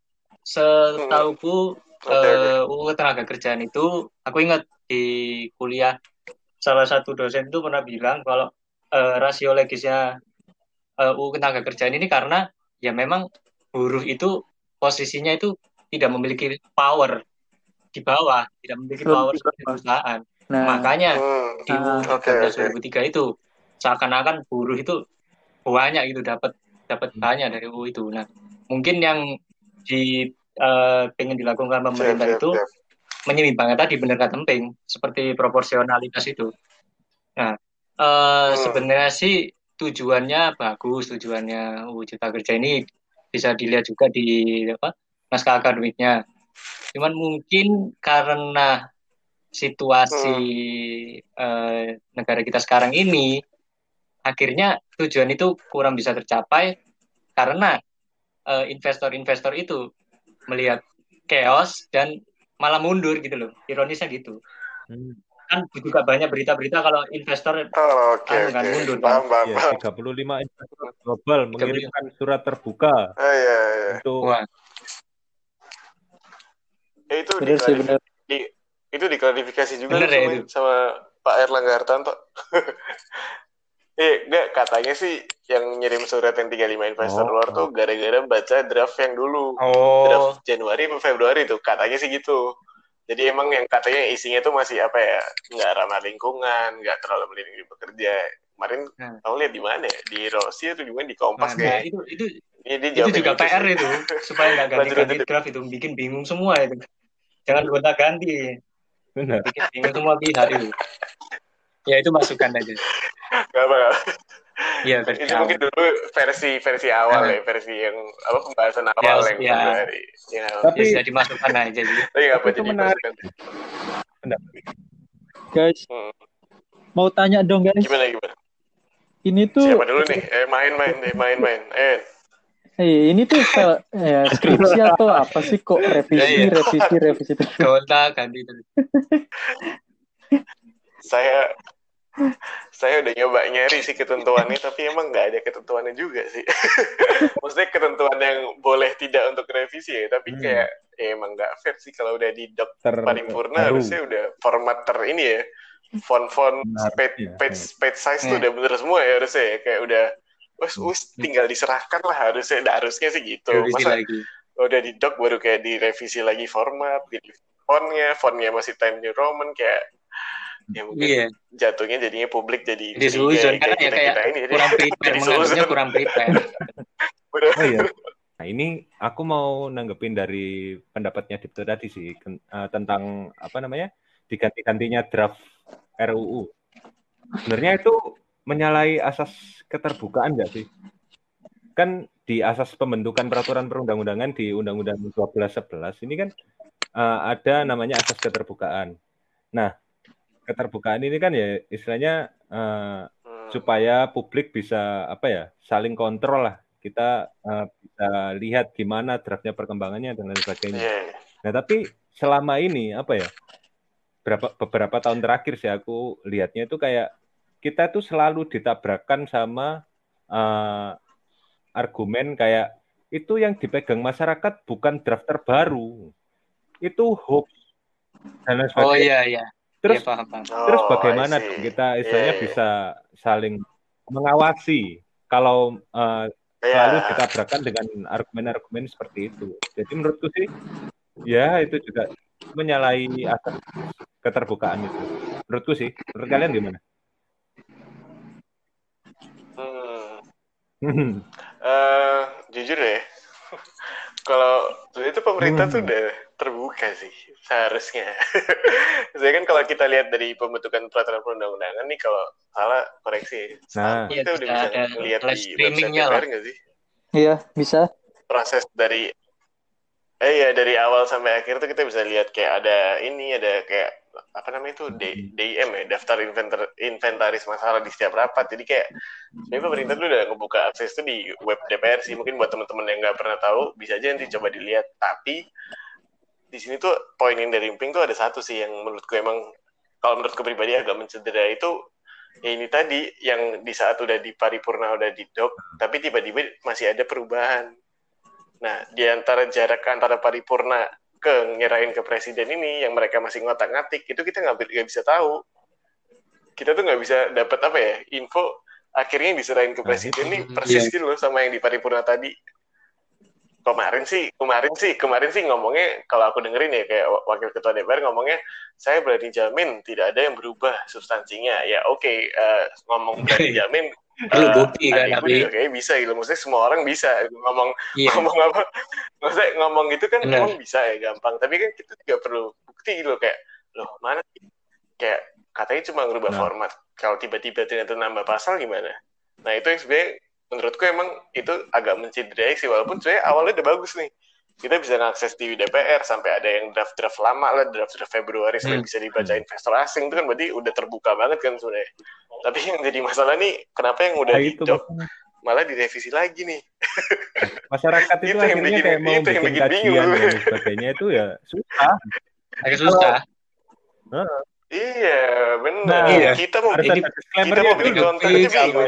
setauku hmm. okay, uh, U U Tenaga Kerjaan itu aku ingat di kuliah salah satu dosen itu pernah bilang kalau uh, rasio legisnya uh, U U Tenaga Kerjaan ini karena ya memang buruh itu posisinya itu tidak memiliki power di bawah, tidak memiliki power Lebih seperti bawah. perusahaan. Nah, Makanya Hmm, di U U ah, tiga oke belas oke. dua ribu tiga itu seakan-akan buruh itu banyak gitu dapat dapat banyak dari U U itu. Nah, mungkin yang di uh, pengen dilakukan Siap pemerintah siap itu siap. menyeimbangkan tadi benar kata Emping seperti proporsionalitas itu. Nah, uh, Hmm. sebenarnya sih tujuannya bagus, tujuannya U U Cipta Kerja ini bisa dilihat juga di apa naskah akademiknya. Cuman mungkin karena situasi Hmm. uh, negara kita sekarang ini, akhirnya tujuan itu kurang bisa tercapai karena uh, investor-investor itu melihat chaos dan malah mundur gitu loh. Ironisnya gitu. Hmm. Kan juga banyak berita-berita kalau investor Oh, oke anu oke. kan mundur kan. Paham paham Ya, paham. tiga puluh lima investor global tiga puluh mengirimkan surat terbuka Oh iya iya. untuk Wah, Eh, itu benar sih benar. diklarifikasi di, itu diklarifikasi juga bener tuh ya sama, itu. sama Pak Erlangga Hartarto. Eh, enggak, katanya sih yang ngirim surat yang tiga puluh lima investor Oh, luar oh. tuh gara-gara baca draft yang dulu. Oh, Draft Januari atau Februari tuh, katanya sih gitu. Jadi emang yang katanya isinya tuh masih apa ya, nggak ramah lingkungan, nggak terlalu melindungi pekerja. Kemarin nah, kamu lihat di mana? Di Rosi atau di mana? Di Kompas nah, nah kayak. itu itu Ini dia itu jawab juga yang P gitu R sih. itu supaya nggak Lanjut ganti-ganti lanjut. draft itu bikin bingung semua itu. Jangan gonta-ganti, Benar. bikin bingung semua pihak itu. Ya itu masukan aja. Gak apa Iya versi itu mungkin awal. dulu versi versi awal Nah, ya, versi yang apa pembahasan ya, awal yang ya, Februari. Ya, Tapi ya sudah dimasukkan aja sih. tapi nggak apa tapi itu jadi menarik. masukan. Benar. Guys, Hmm. mau tanya dong guys. Gimana gimana? Ini tuh Siapa dulu nih? Eh main-main deh, main-main. Eh, eh ini tuh se- eh, skripsi atau apa sih kok revisi Iya. revisi revisi terus? Gonta-ganti terus. saya saya udah nyoba nyari sih ketentuannya, tapi emang nggak ada ketentuannya juga sih. Maksudnya ketentuan yang boleh tidak untuk revisi ya, tapi Hmm. kayak ya emang nggak fair sih kalau udah di doc Ter- paripurna baru. harusnya udah format ter ini ya, font-font Benar, page, iya. page, page size tuh Hmm. udah bener semua ya harusnya ya, kayak udah wes Hmm. us tinggal diserahkan lah harusnya, nah, harusnya sih gitu. Revisi Masa lagi. udah di doc baru kayak direvisi lagi format, di fontnya, fontnya masih Times New Roman kayak ya mungkin Iya. jatuhnya jadinya publik jadi Disuzon karena ya kita kayak kita ini jadi kurang prepare, menganggapnya disuzon. kurang prepare. Udah. Oh iya. Nah ini aku mau nanggepin dari pendapatnya Dipto tadi sih ken- uh, tentang apa namanya diganti-gantinya draft R U U. Sebenarnya itu menyalahi asas keterbukaan nggak sih? Kan di asas pembentukan peraturan perundang-undangan di Undang-Undang dua belas sebelas ini kan uh, ada namanya asas keterbukaan. Nah, keterbukaan ini kan ya istilahnya uh, Hmm. supaya publik bisa apa ya saling kontrol lah, kita uh, bisa lihat gimana draftnya perkembangannya dan lain sebagainya. Yeah. Nah tapi selama ini apa ya beberapa beberapa tahun terakhir sih aku lihatnya itu kayak kita tuh selalu ditabrakkan sama uh, argumen kayak itu yang dipegang masyarakat bukan draft terbaru, itu hoax dan lain Oh sebagainya. iya iya. Terus Iya, paham, paham. Oh, terus I bagaimana see. dong kita Iya, istilahnya iya. bisa saling mengawasi kalau uh, selalu Iya. ditabrakkan dengan argumen-argumen seperti itu. Jadi menurutku sih ya itu juga menyalahi asas keterbukaan itu. Menurutku sih. Menurut kalian gimana? Hmm. Uh, jujur ya, kalau itu pemerintah tuh udah terbuka sih seharusnya. Saya kan kalau kita lihat dari pembentukan peraturan perundang-undangan nih, kalau salah koreksi. Nah, kita Iya, udah bisa ada ngelihat live di website streamingnya D P R lah. nggak sih? Iya, bisa. Proses dari eh ya dari awal sampai akhir tuh kita bisa lihat kayak ada ini, ada kayak apa namanya itu D I M ya, daftar inventar, inventaris masalah di setiap rapat. Jadi kayak sebenarnya pemerintah tuh udah ngebuka akses tuh di web D P R sih. Mungkin buat teman-teman yang nggak pernah tahu bisa aja nanti coba dilihat. Tapi di sini tuh poin yang dari Emping tuh ada satu sih yang menurutku emang kalau menurutku pribadi agak mencedera, itu ya ini tadi yang di saat udah di paripurna udah di doc tapi tiba-tiba masih ada perubahan. Nah, di antara jarak antara paripurna ke ngerahin ke presiden ini yang mereka masih ngotak-ngatik, itu kita nggak bisa tahu. kita tuh nggak bisa dapat apa ya info akhirnya diserahin ke presiden nah, nih persis yeah. gitu loh sama yang di paripurna tadi. Kemarin sih, kemarin sih, kemarin sih ngomongnya kalau aku dengerin ya kayak wakil ketua D P R ngomongnya, saya berani jamin tidak ada yang berubah substansinya. Ya oke, okay, uh, ngomong berani jamin, uh, bukti kan tapi kayak bisa gitu. Maksudnya semua orang bisa ngomong yeah. ngomong apa? Maksudnya ngomong gitu kan Bener. Emang bisa ya gampang. Tapi kan kita juga perlu bukti gitu kayak, loh mana sih? Kayak katanya cuma ngerubah nah. format. Kalau tiba-tiba ternyata nambah pasal gimana? Nah itu yang sebenarnya menurutku emang itu agak menciderai sih, walaupun sebenarnya awalnya udah bagus nih. Kita bisa ngakses di D P R sampai ada yang draft-draft lama lah, draft-draft Februari sampai hmm. bisa dibaca investor asing, itu kan berarti udah terbuka banget kan sebenarnya. Tapi yang jadi masalah nih, kenapa yang udah nah, di-drop malah direvisi lagi nih. Masyarakat itu, itu akhirnya bikin, kayak mau bikin, bikin kajian dan sebagainya itu ya susah. Agak susah. Nah. Iya, benar. Nah, iya. Kita mau bikin, kita mau bikin konten aja bingung.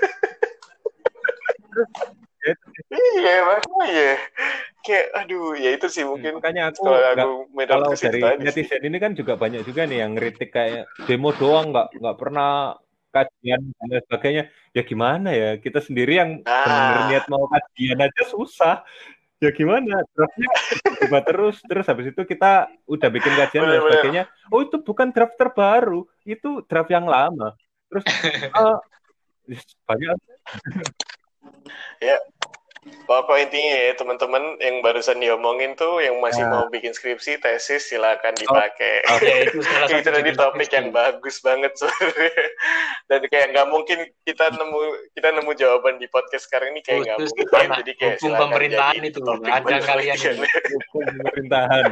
Iya makanya kayak aduh ya itu sih mungkin makanya aku kalau, kalau dari netizen ini kan juga banyak juga nih yang ngeritik kayak demo doang nggak nggak pernah kajian dan sebagainya ya gimana ya kita sendiri yang ah. benar niat mau kajian aja susah ya gimana draftnya coba terus terus habis itu kita udah bikin kajian dan sebagainya oh itu bukan draft terbaru itu draft yang lama terus uh, banyak ya pokok intinya ya teman-teman yang barusan diomongin tuh yang masih nah. mau bikin skripsi tesis silakan dipakai oh, okay. itu, itu tadi topik yang bagus banget sebenarnya dan kayak nggak mungkin kita nemu kita nemu jawaban di podcast sekarang ini kayak nggak oh, mungkin jadi kayak hukum pemerintahan itu ada kalian hukum pemerintahan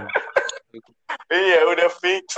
iya udah fix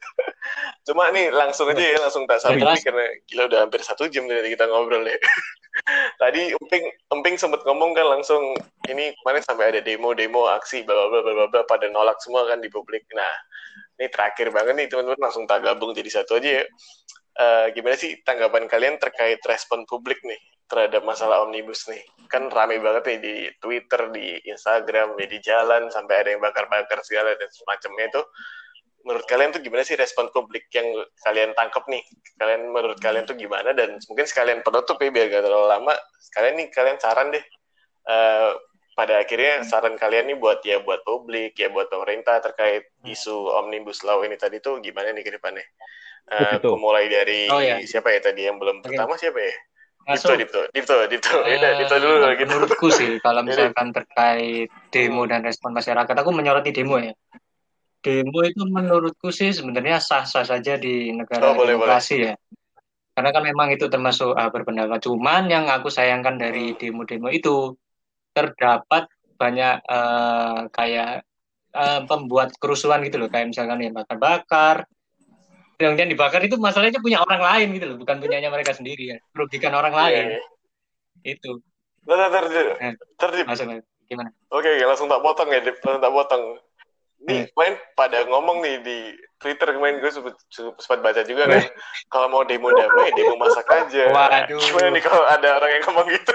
cuma nih langsung aja ya langsung tak sampai nih karena gila udah hampir satu jam dari kita ngobrol ya. Tadi Emping Emping sempat ngomong kan langsung ini kemarin sampai ada demo-demo aksi bla bla bla bla pada nolak semua kan di publik. Nah, ini terakhir banget nih teman-teman langsung tak gabung jadi satu aja ya. Uh, gimana sih tanggapan kalian terkait respon publik nih terhadap masalah Omnibus nih? Kan rame banget nih di Twitter, di Instagram, ya di jalan sampai ada yang bakar-bakar segala dan semacamnya itu. Menurut kalian tuh gimana sih respon publik yang kalian tangkap nih? Kalian menurut kalian tuh gimana? Dan mungkin sekalian penutup ya biar gak terlalu lama. Sekalian nih kalian saran deh. Uh, pada akhirnya saran kalian nih buat ya buat publik, ya buat pemerintah terkait isu Omnibus Law ini tadi tuh gimana nih ke depannya? Uh, aku mulai dari oh, ya. siapa ya tadi yang belum okay. pertama siapa ya? Dipto, Dipto, Dipto, Dipto, uh, Dipto dulu gitu. Menurutku sih kalau misalkan terkait demo dan respon masyarakat, aku menyoroti demo ya. Demo itu menurutku sih sebenarnya sah-sah saja di negara oh, boleh, demokrasi boleh. ya. Karena kan memang itu termasuk uh, berpendapat. Cuman yang aku sayangkan dari demo-demo itu terdapat banyak uh, kayak uh, pembuat kerusuhan gitu loh. Kayak misalkan yang bakar-bakar. Yang yang dibakar itu masalahnya punya orang lain gitu loh. Bukan punyanya mereka sendiri ya. Merugikan orang lain. Yeah. Itu. Tertib. Tertib. Gimana? Oke, okay, langsung tak potong ya. Langsung tak potong. Nih, kemarin pada ngomong nih di Twitter kemarin gue sempat, sempat baca juga kan, kalau mau demo damai, demo masak aja. Waduh. Gimana nih kalau ada orang yang ngomong gitu?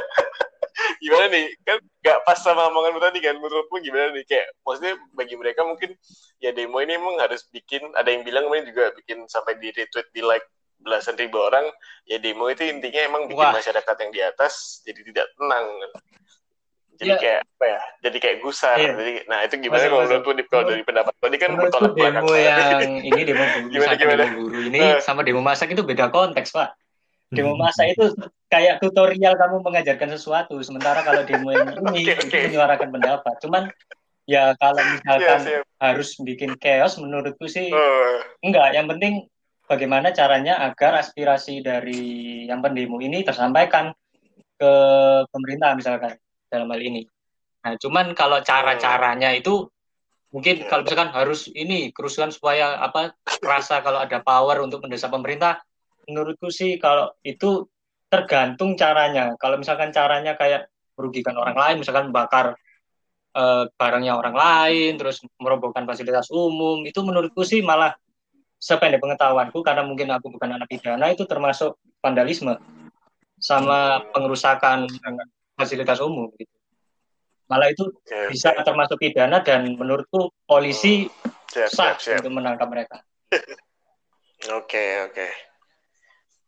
Gimana nih? Kan gak pas sama omonganmu tadi kan, menurutmu gimana nih? Kayak, maksudnya bagi mereka mungkin, ya demo ini emang harus bikin, ada yang bilang kemarin juga bikin sampai di retweet, di like belasan ribu orang, ya demo itu intinya emang bikin Wah. masyarakat yang di atas jadi tidak tenang. Jadi ya. kayak apa ya? Jadi kayak gusar. Iya. Jadi, nah itu gimana kalau menurutmu kalau dari pendapat tadi kan bertolak belakang. Demo yang ini demo buruh gimana, gimana? demo buruh ini uh. sama demo masak itu beda konteks Pak. Demo masak itu kayak tutorial kamu mengajarkan sesuatu. Sementara kalau demo yang ini okay, okay. itu menyuarakan pendapat. Cuman ya kalau misalkan yeah, harus bikin chaos menurutku sih uh. enggak. Yang penting bagaimana caranya agar aspirasi dari yang pendemo ini tersampaikan ke pemerintah misalkan. Dalam hal ini. Nah, cuman kalau cara-caranya itu mungkin kalau misalkan harus ini kerusuhan supaya apa rasa kalau ada power untuk mendesak pemerintah, menurutku sih kalau itu tergantung caranya. Kalau misalkan caranya kayak merugikan orang lain, misalkan membakar uh, barangnya orang lain, terus merobohkan fasilitas umum, itu menurutku sih malah sependek pengetahuanku karena mungkin aku bukan anak pidana itu termasuk vandalisme sama pengerusakan fasilitas umum gitu. Malah itu okay, bisa okay. termasuk pidana dan menurutku polisi hmm. siap, sah siap, siap. untuk menangkap mereka. Oke okay, oke. Okay.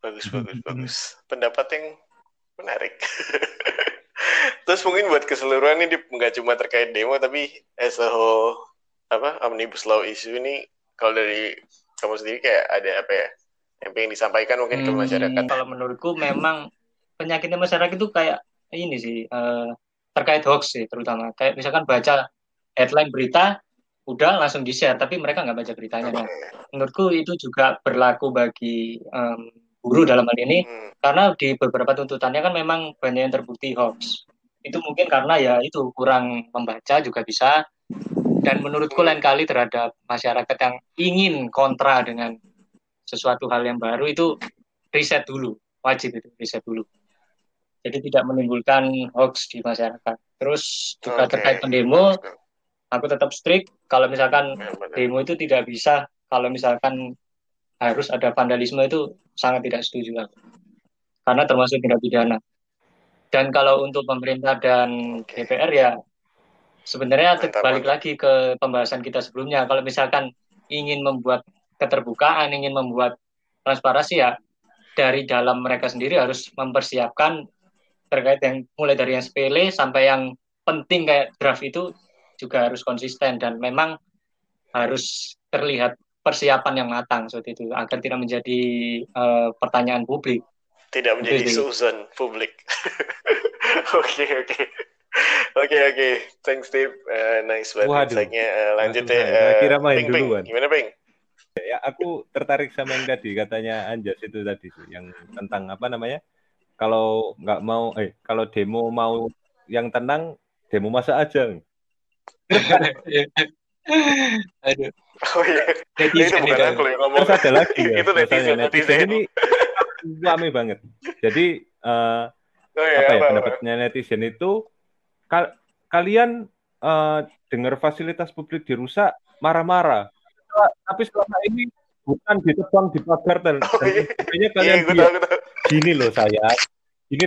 Bagus, bagus, bagus. Pendapat yang menarik. Terus mungkin buat keseluruhan ini nggak cuma terkait demo, tapi as a whole, apa, Omnibus Law issue ini, kalau dari kamu sendiri kayak ada apa ya, yang pengen disampaikan mungkin ke masyarakat? Hmm, kalau menurutku memang penyakitnya masyarakat itu kayak ini sih, uh, terkait hoax sih terutama. Kayak misalkan baca headline berita, udah langsung di-share, tapi mereka nggak baca beritanya. Nah, menurutku itu juga berlaku bagi um, buruh dalam hal ini, hmm. karena di beberapa tuntutannya kan memang banyak yang terbukti hoax. Itu mungkin karena ya itu kurang membaca juga bisa. Dan menurutku hmm. lain kali terhadap masyarakat yang ingin kontra dengan sesuatu hal yang baru itu riset dulu, wajib itu riset dulu. Jadi tidak menimbulkan hoax di masyarakat. Terus juga okay. terkait pendemo, aku tetap strict kalau misalkan demo itu tidak bisa, kalau misalkan harus ada vandalisme itu sangat tidak setuju aku. Karena termasuk tindak pidana. Dan kalau untuk pemerintah dan D P R ya sebenarnya balik lagi ke pembahasan kita sebelumnya. Kalau misalkan ingin membuat keterbukaan, ingin membuat transparansi ya dari dalam mereka sendiri harus mempersiapkan terkait yang mulai dari yang sepele sampai yang penting kayak draft itu juga harus konsisten dan memang harus terlihat persiapan yang matang seperti itu agar tidak menjadi uh, pertanyaan publik. Tidak menjadi suzon publik. Oke oke oke oke. Thanks Steve. Uh, nice banget insight-nya. Uh, lanjut ya. Uh, kira main Ping, duluan. Ping. Gimana Ping? Ya aku tertarik sama yang tadi katanya Anjas itu tadi tuh yang tentang apa namanya? Kalau nggak mau, eh kalau demo mau yang tenang, demo masa aja. Aduh. Oh iya. Netizen itu bukan aku yang ngomong. Terus ada lagi ya. Itu netizen, netizen ini rame banget. Jadi uh, oh iya, apa ya apa, pendapatnya apa. Netizen itu kal- kalian uh, dengar fasilitas publik dirusak marah-marah. Tapi selama ini bukan ditebang di pagar dan oh, iya. Kayaknya kalian iya, tahu, tahu. Gini loh saya ini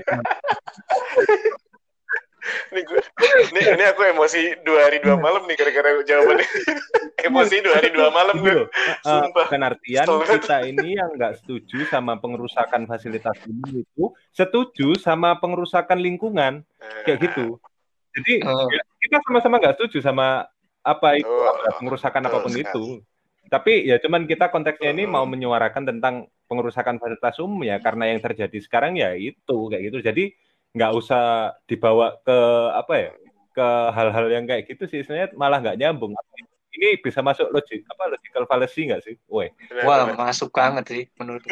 ini, gue, ini ini aku emosi dua hari dua malam nih gara-gara jawabannya. Emosi dua hari dua malam gue. Uh, kan artian kita ini yang nggak setuju sama pengerusakan fasilitas umum itu setuju sama pengerusakan lingkungan kayak gitu. Jadi oh. ya, kita sama-sama nggak setuju sama apa itu oh, apa, pengerusakan oh, apapun oh, itu. Tapi ya cuman kita konteksnya ini mau menyuarakan tentang pengerusakan fasilitas umum ya karena yang terjadi sekarang ya itu kayak gitu. Jadi nggak usah dibawa ke apa ya ke hal-hal yang kayak gitu sih sebenarnya malah nggak nyambung. Ini bisa masuk logik apa logical fallacy nggak sih? Woi. Wah masuk banget sih menurutku.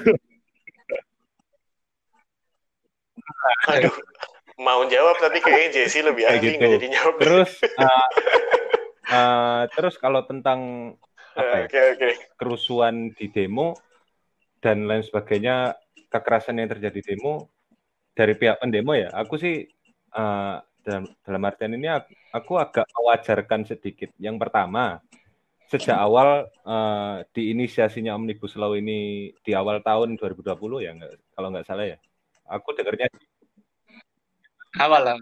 Aduh, mau jawab tapi kayaknya Jesse lebih ahli gitu. Nggak jadi jawab. Terus uh, uh, terus kalau tentang apa ya, okay, okay. kerusuhan di demo dan lain sebagainya, kekerasan yang terjadi demo dari pihak pendemo ya, aku sih uh, dalam, dalam artian ini aku, aku agak mewajarkan sedikit. Yang pertama, sejak awal uh, diinisiasinya Omnibus Law ini di awal tahun dua ribu dua puluh ya, nggak, kalau nggak salah ya, aku dengarnya awal lah.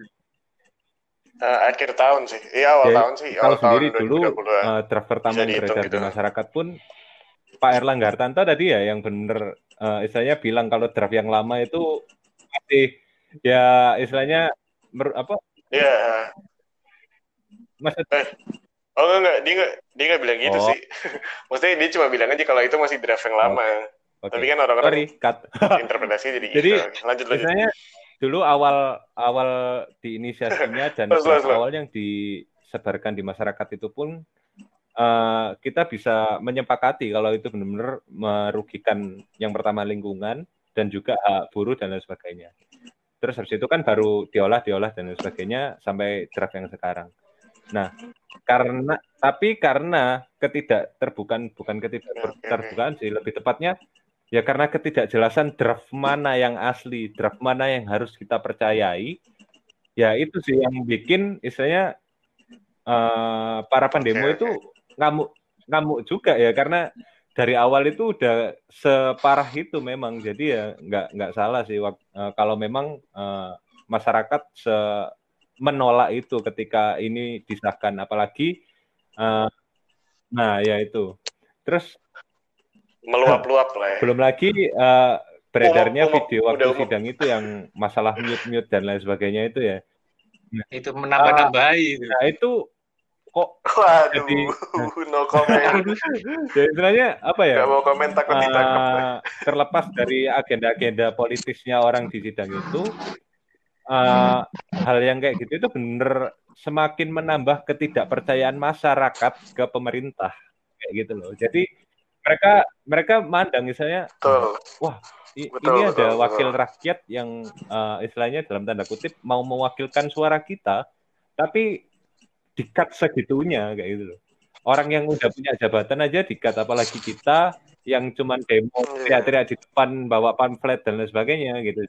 Uh, akhir tahun sih, iya awal ya, tahun sih. Kalau awal sendiri tahun dulu uh, draft pertama yang beredar gitu. Di masyarakat pun Pak Erlangga Hartanto tadi ya yang benar uh, istilahnya bilang kalau draft yang lama itu masih ya istilahnya mer, apa? Iya. Yeah. Maksud... Eh. Oh enggak, enggak, dia enggak dia enggak bilang gitu oh. sih. Maksudnya dia cuma bilang aja kalau itu masih draft yang lama. Oh. Okay. Tapi kan orang-orang interpretasi jadi, jadi gitu. Lanjut lanjut. Istilahnya dulu awal awal diinisiasinya dan awal yang disebarkan di masyarakat itu pun uh, kita bisa menyepakati kalau itu benar-benar merugikan yang pertama lingkungan dan juga hak buruh dan lain sebagainya. Terus habis itu kan baru diolah diolah dan lain sebagainya sampai draft yang sekarang. Nah, karena tapi karena ketidakterbukaan bukan ketidakterbukaan sih lebih tepatnya ya karena ketidakjelasan draft mana yang asli, draft mana yang harus kita percayai, ya itu sih yang bikin istilahnya uh, para pendemo itu ngamuk ngamuk juga ya karena dari awal itu udah separah itu memang, jadi ya nggak nggak salah sih uh, kalau memang uh, masyarakat se menolak itu ketika ini disahkan, apalagi uh, nah ya itu terus meluap-luap lah ya. Belum lagi uh, beredarnya umum, umum, video waktu udah umum. sidang itu yang masalah mute-mute dan lain sebagainya itu ya. Nah, Itu menambah-nambahi itu. Nah itu kok Waduh, jadi no comment. jadi sebenarnya apa ya? Gak mau komen takut ditangkap. Uh, terlepas dari agenda-agenda politisnya orang di sidang itu, uh, hal yang kayak gitu itu bener semakin menambah ketidakpercayaan masyarakat ke pemerintah kayak gitu loh. Jadi mereka mereka mandang misalnya, Betul. wah i- Betul, ini betul, ada betul. wakil rakyat yang uh, istilahnya dalam tanda kutip mau mewakilkan suara kita, tapi dikat segitunya kayak gitu loh. Orang yang udah punya jabatan aja dikat, apalagi kita yang cuman demo teriak-teriak di depan bawa pamflet dan lain sebagainya gitu.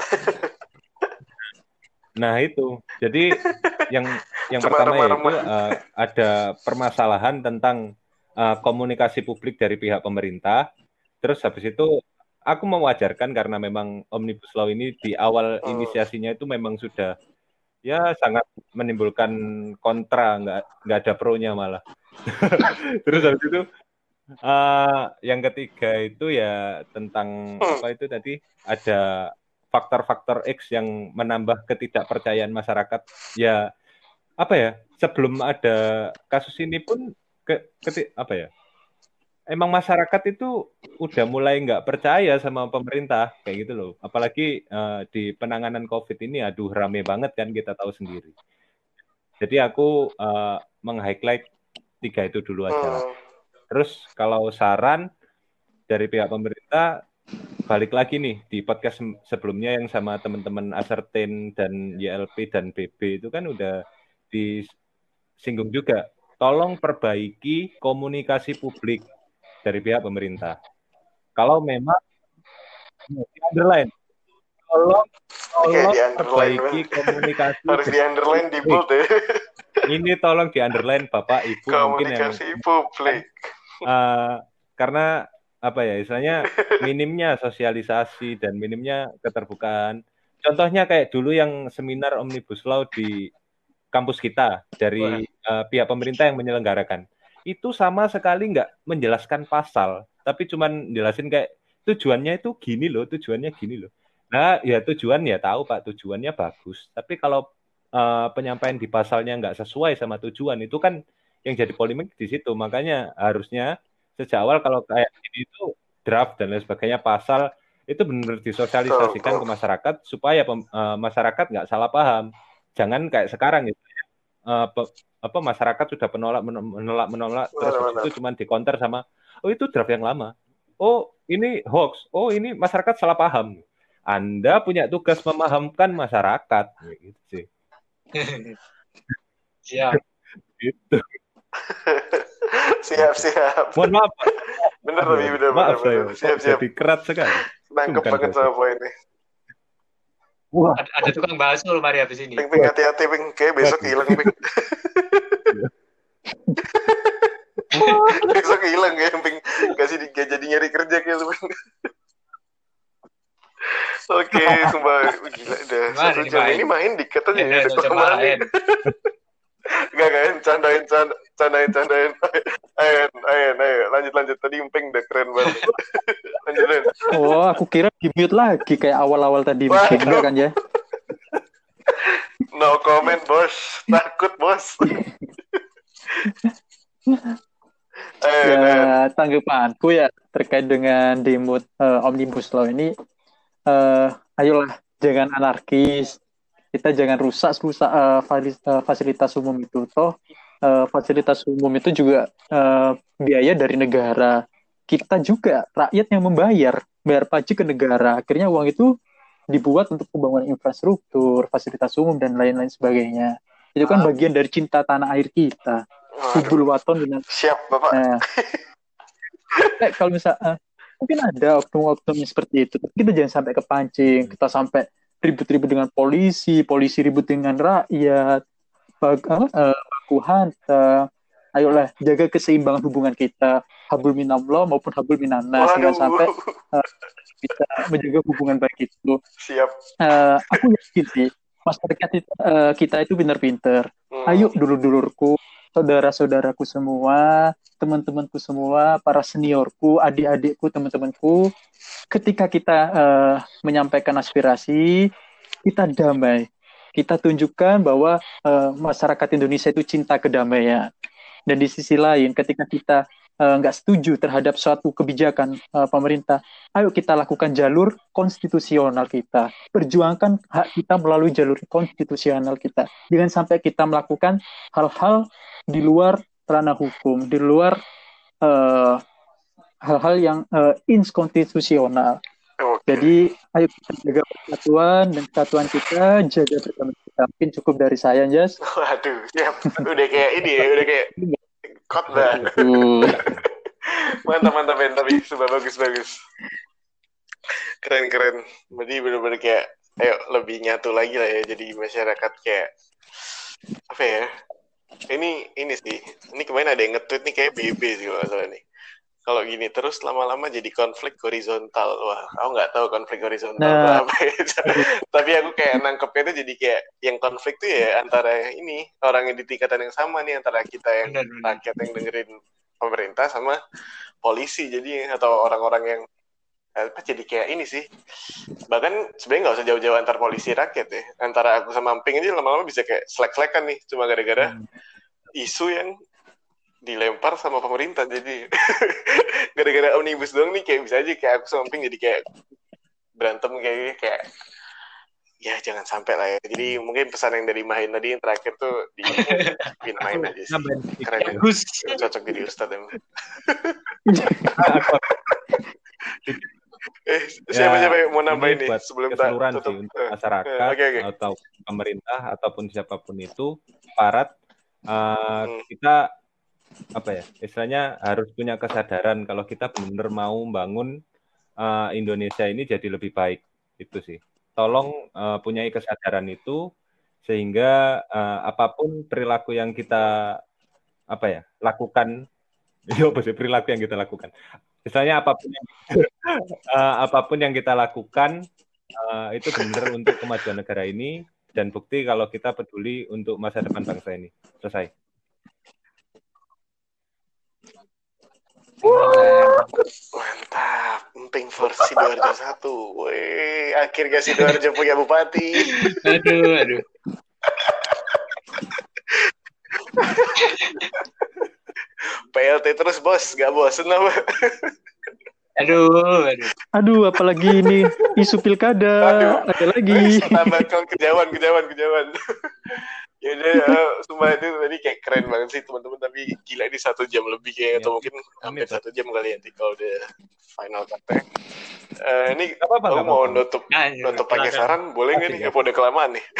Nah itu, jadi yang yang Cuma pertama yaitu remah-remah. uh, ada permasalahan tentang uh, komunikasi publik dari pihak pemerintah. Terus habis itu aku mewajarkan karena memang Omnibus Law ini di awal Hmm. inisiasinya itu memang sudah ya sangat menimbulkan kontra, nggak nggak ada pro-nya malah. Terus habis itu uh, yang ketiga itu ya tentang Hmm. apa itu tadi ada faktor-faktor X yang menambah ketidakpercayaan masyarakat. Ya apa ya, sebelum ada kasus ini pun ke, keti, apa ya, emang masyarakat itu udah mulai nggak percaya sama pemerintah kayak gitu loh. Apalagi uh, di penanganan COVID ini, aduh rame banget kan, kita tahu sendiri. Jadi aku uh, meng-highlight tiga itu dulu aja lah. Hmm. Terus kalau saran dari pihak pemerintah, balik lagi nih di podcast sebelumnya yang sama teman-teman Asertin dan Y L P dan B B itu kan udah disinggung juga. Tolong perbaiki komunikasi publik dari pihak pemerintah. Kalau memang di underline, tolong tolong Oke, di underline, perbaiki komunikasi. Harus di underline, di bold ya. Ini tolong di underline Bapak Ibu mungkin yang Komunikasi publik. uh, karena apa ya istilahnya minimnya sosialisasi dan minimnya keterbukaan. Contohnya kayak dulu yang seminar Omnibus Law di kampus kita dari uh, pihak pemerintah yang menyelenggarakan. Itu sama sekali nggak menjelaskan pasal, tapi cuman jelasin kayak tujuannya itu gini loh, tujuannya gini loh. Nah, ya tujuan ya tahu Pak, tujuannya bagus. Tapi kalau uh, penyampaian di pasalnya nggak sesuai sama tujuan, itu kan yang jadi polemik di situ. Makanya harusnya sejak awal kalau kayak ini itu draft dan lain sebagainya pasal itu benar disosialisasikan ke masyarakat supaya pem, uh, masyarakat nggak salah paham. Jangan kayak sekarang gitu ya. Uh, pe, apa masyarakat sudah menolak menolak menolak terus benar, itu cuma dikonter sama oh itu draft yang lama. Oh, ini hoax. Oh, ini masyarakat salah paham. Anda punya tugas memahamkan masyarakat gitu sih. Siap. Gitu. Siap, siap. Mohon maaf. Bener tapi bener, maaf bener, saya. bener. Siap, siap. Jadi kerat sekali. Nangkep banget sama poinnya. Wah. Ada, ada tukang bakso loh mari habis ini. Ping, ping, hati-hati, ping. Kayak besok hilang, ping. Besok hilang ya, ping. Kasih di, jadi nyari kerja kayak lu, ping. Oke, sumpah. Gila, udah Gimana satu nih, jam main? ini main dikit aja. Eh, Ya, eh, udah kemana? Gak, kan? Candain, candain, candain, candain. Ayo, ayo, ayo. Lanjut, lanjut. Tadi Imping udah keren banget. Lanjut, lanjut. Oh, aku kira di-mute lagi kayak awal-awal tadi. Enggak kan ya? No comment, bos. Takut, bos. Ayo, Ya, ayo. tanggapanku ya terkait dengan demo uh, Omnibus Law ini, uh, ayolah jangan anarkis. Kita jangan rusak rusak uh, fasilitas umum itu. Toh uh, fasilitas umum itu juga uh, biaya dari negara. Kita juga rakyat yang membayar, bayar pajak ke negara. Akhirnya uang itu dibuat untuk pembangunan infrastruktur, fasilitas umum dan lain-lain sebagainya. Itu kan bagian dari cinta tanah air kita. Hubul waton dengan siap, Bapak. Nah, eh, kalau misalnya uh, mungkin ada oknum-oknum yang seperti itu, tapi kita jangan sampai kepancing. Kita sampai ribut-ribut dengan polisi, polisi ribut dengan rakyat, bag, uh, baku hantam. Ayolah, jaga keseimbangan hubungan kita, habul minallah maupun habul minannas, jangan sampai uh, bisa menjaga hubungan baik itu. Siap. Uh, aku yakin sih, masyarakat itu, uh, kita itu pintar-pintar. Hmm. Ayo dulur-dulurku, saudara-saudaraku semua, teman-temanku semua, para seniorku, adik-adikku, teman-temanku, ketika kita uh, menyampaikan aspirasi, kita damai. Kita tunjukkan bahwa uh, masyarakat Indonesia itu cinta kedamaian. Dan di sisi lain, ketika kita nggak uh, setuju terhadap suatu kebijakan uh, pemerintah, ayo kita lakukan jalur konstitusional kita. Perjuangkan hak kita melalui jalur konstitusional kita. Jangan sampai kita melakukan hal-hal di luar ranah hukum, di luar uh, hal-hal yang uh, inkonstitusional. Okay. Jadi, ayo kita jaga persatuan dan kesatuan kita, jaga bersama kita. Mungkin cukup dari saya, Jas. Waduh, siap. Udah kayak ini ya, udah kayak khotbah. Mantap, mantap, Ben. Tapi sumpah bagus-bagus. Keren-keren. Jadi bener-bener kayak, ayo lebih nyatu lagi lah ya. Jadi masyarakat kayak, apa ya, ini ini sih. Ini kemarin ada yang nge-tweet nih kayak B B sih kalau salah nih. Kalau gini terus lama-lama jadi konflik horizontal. Wah, aku nggak tahu konflik horizontal nah. apa ya. Tapi aku kayak nangkepnya itu jadi kayak yang konflik tuh ya antara ini orang yang di tingkatan yang sama nih, antara kita yang rakyat yang dengerin pemerintah sama polisi jadi atau orang-orang yang apa jadi kayak ini sih. Bahkan sebenarnya nggak usah jauh-jauh antar polisi rakyat ya. Antara aku sama Amping aja lama-lama bisa kayak selek-selekan nih cuma gara-gara isu yang dilempar sama pemerintah. Jadi gara-gara omnibus doang nih kayak bisa aja kayak aku samping jadi kayak berantem kayak kayak ya jangan sampai lah ya. Jadi mungkin pesan yang dari Mahin tadi yang terakhir tuh di main aja sih. Keren ya. Cocok jadi ustadz emang. eh siapa siapa yang mau nambahin nih sebelum tak tutup untuk masyarakat uh, okay, okay. atau pemerintah ataupun siapapun itu aparat uh, hmm. kita apa ya istilahnya harus punya kesadaran kalau kita benar-benar mau membangun uh, Indonesia ini jadi lebih baik. Itu sih tolong uh, punyai kesadaran itu sehingga uh, apapun perilaku yang kita apa ya lakukan ya apa sih perilaku yang kita lakukan istilahnya apapun yang, uh, apapun yang kita lakukan uh, itu benar untuk kemajuan negara ini dan bukti kalau kita peduli untuk masa depan bangsa ini. Selesai. Mantap, Emping for Sidoarjo satu. Wih, akhirnya Sidoarjo punya bupati. Aduh, aduh. P L T terus bos, gak bosen apa? Aduh, aduh. Aduh, apalagi ini isu pilkada. Aduh, ada lagi. Tambah kejauhan, kejauhan, kejauhan. Ya udah, uh, sumpah itu tadi kayak keren banget sih teman-teman, tapi gila ini satu jam lebih kayak, ya, atau mungkin hampir satu jam kali nanti kalau udah final cut. Uh, ini apa, apa, aku apa, mau apa. nutup nah, nutup pakai saran, boleh nggak nih? Ya, udah kelamaan nih.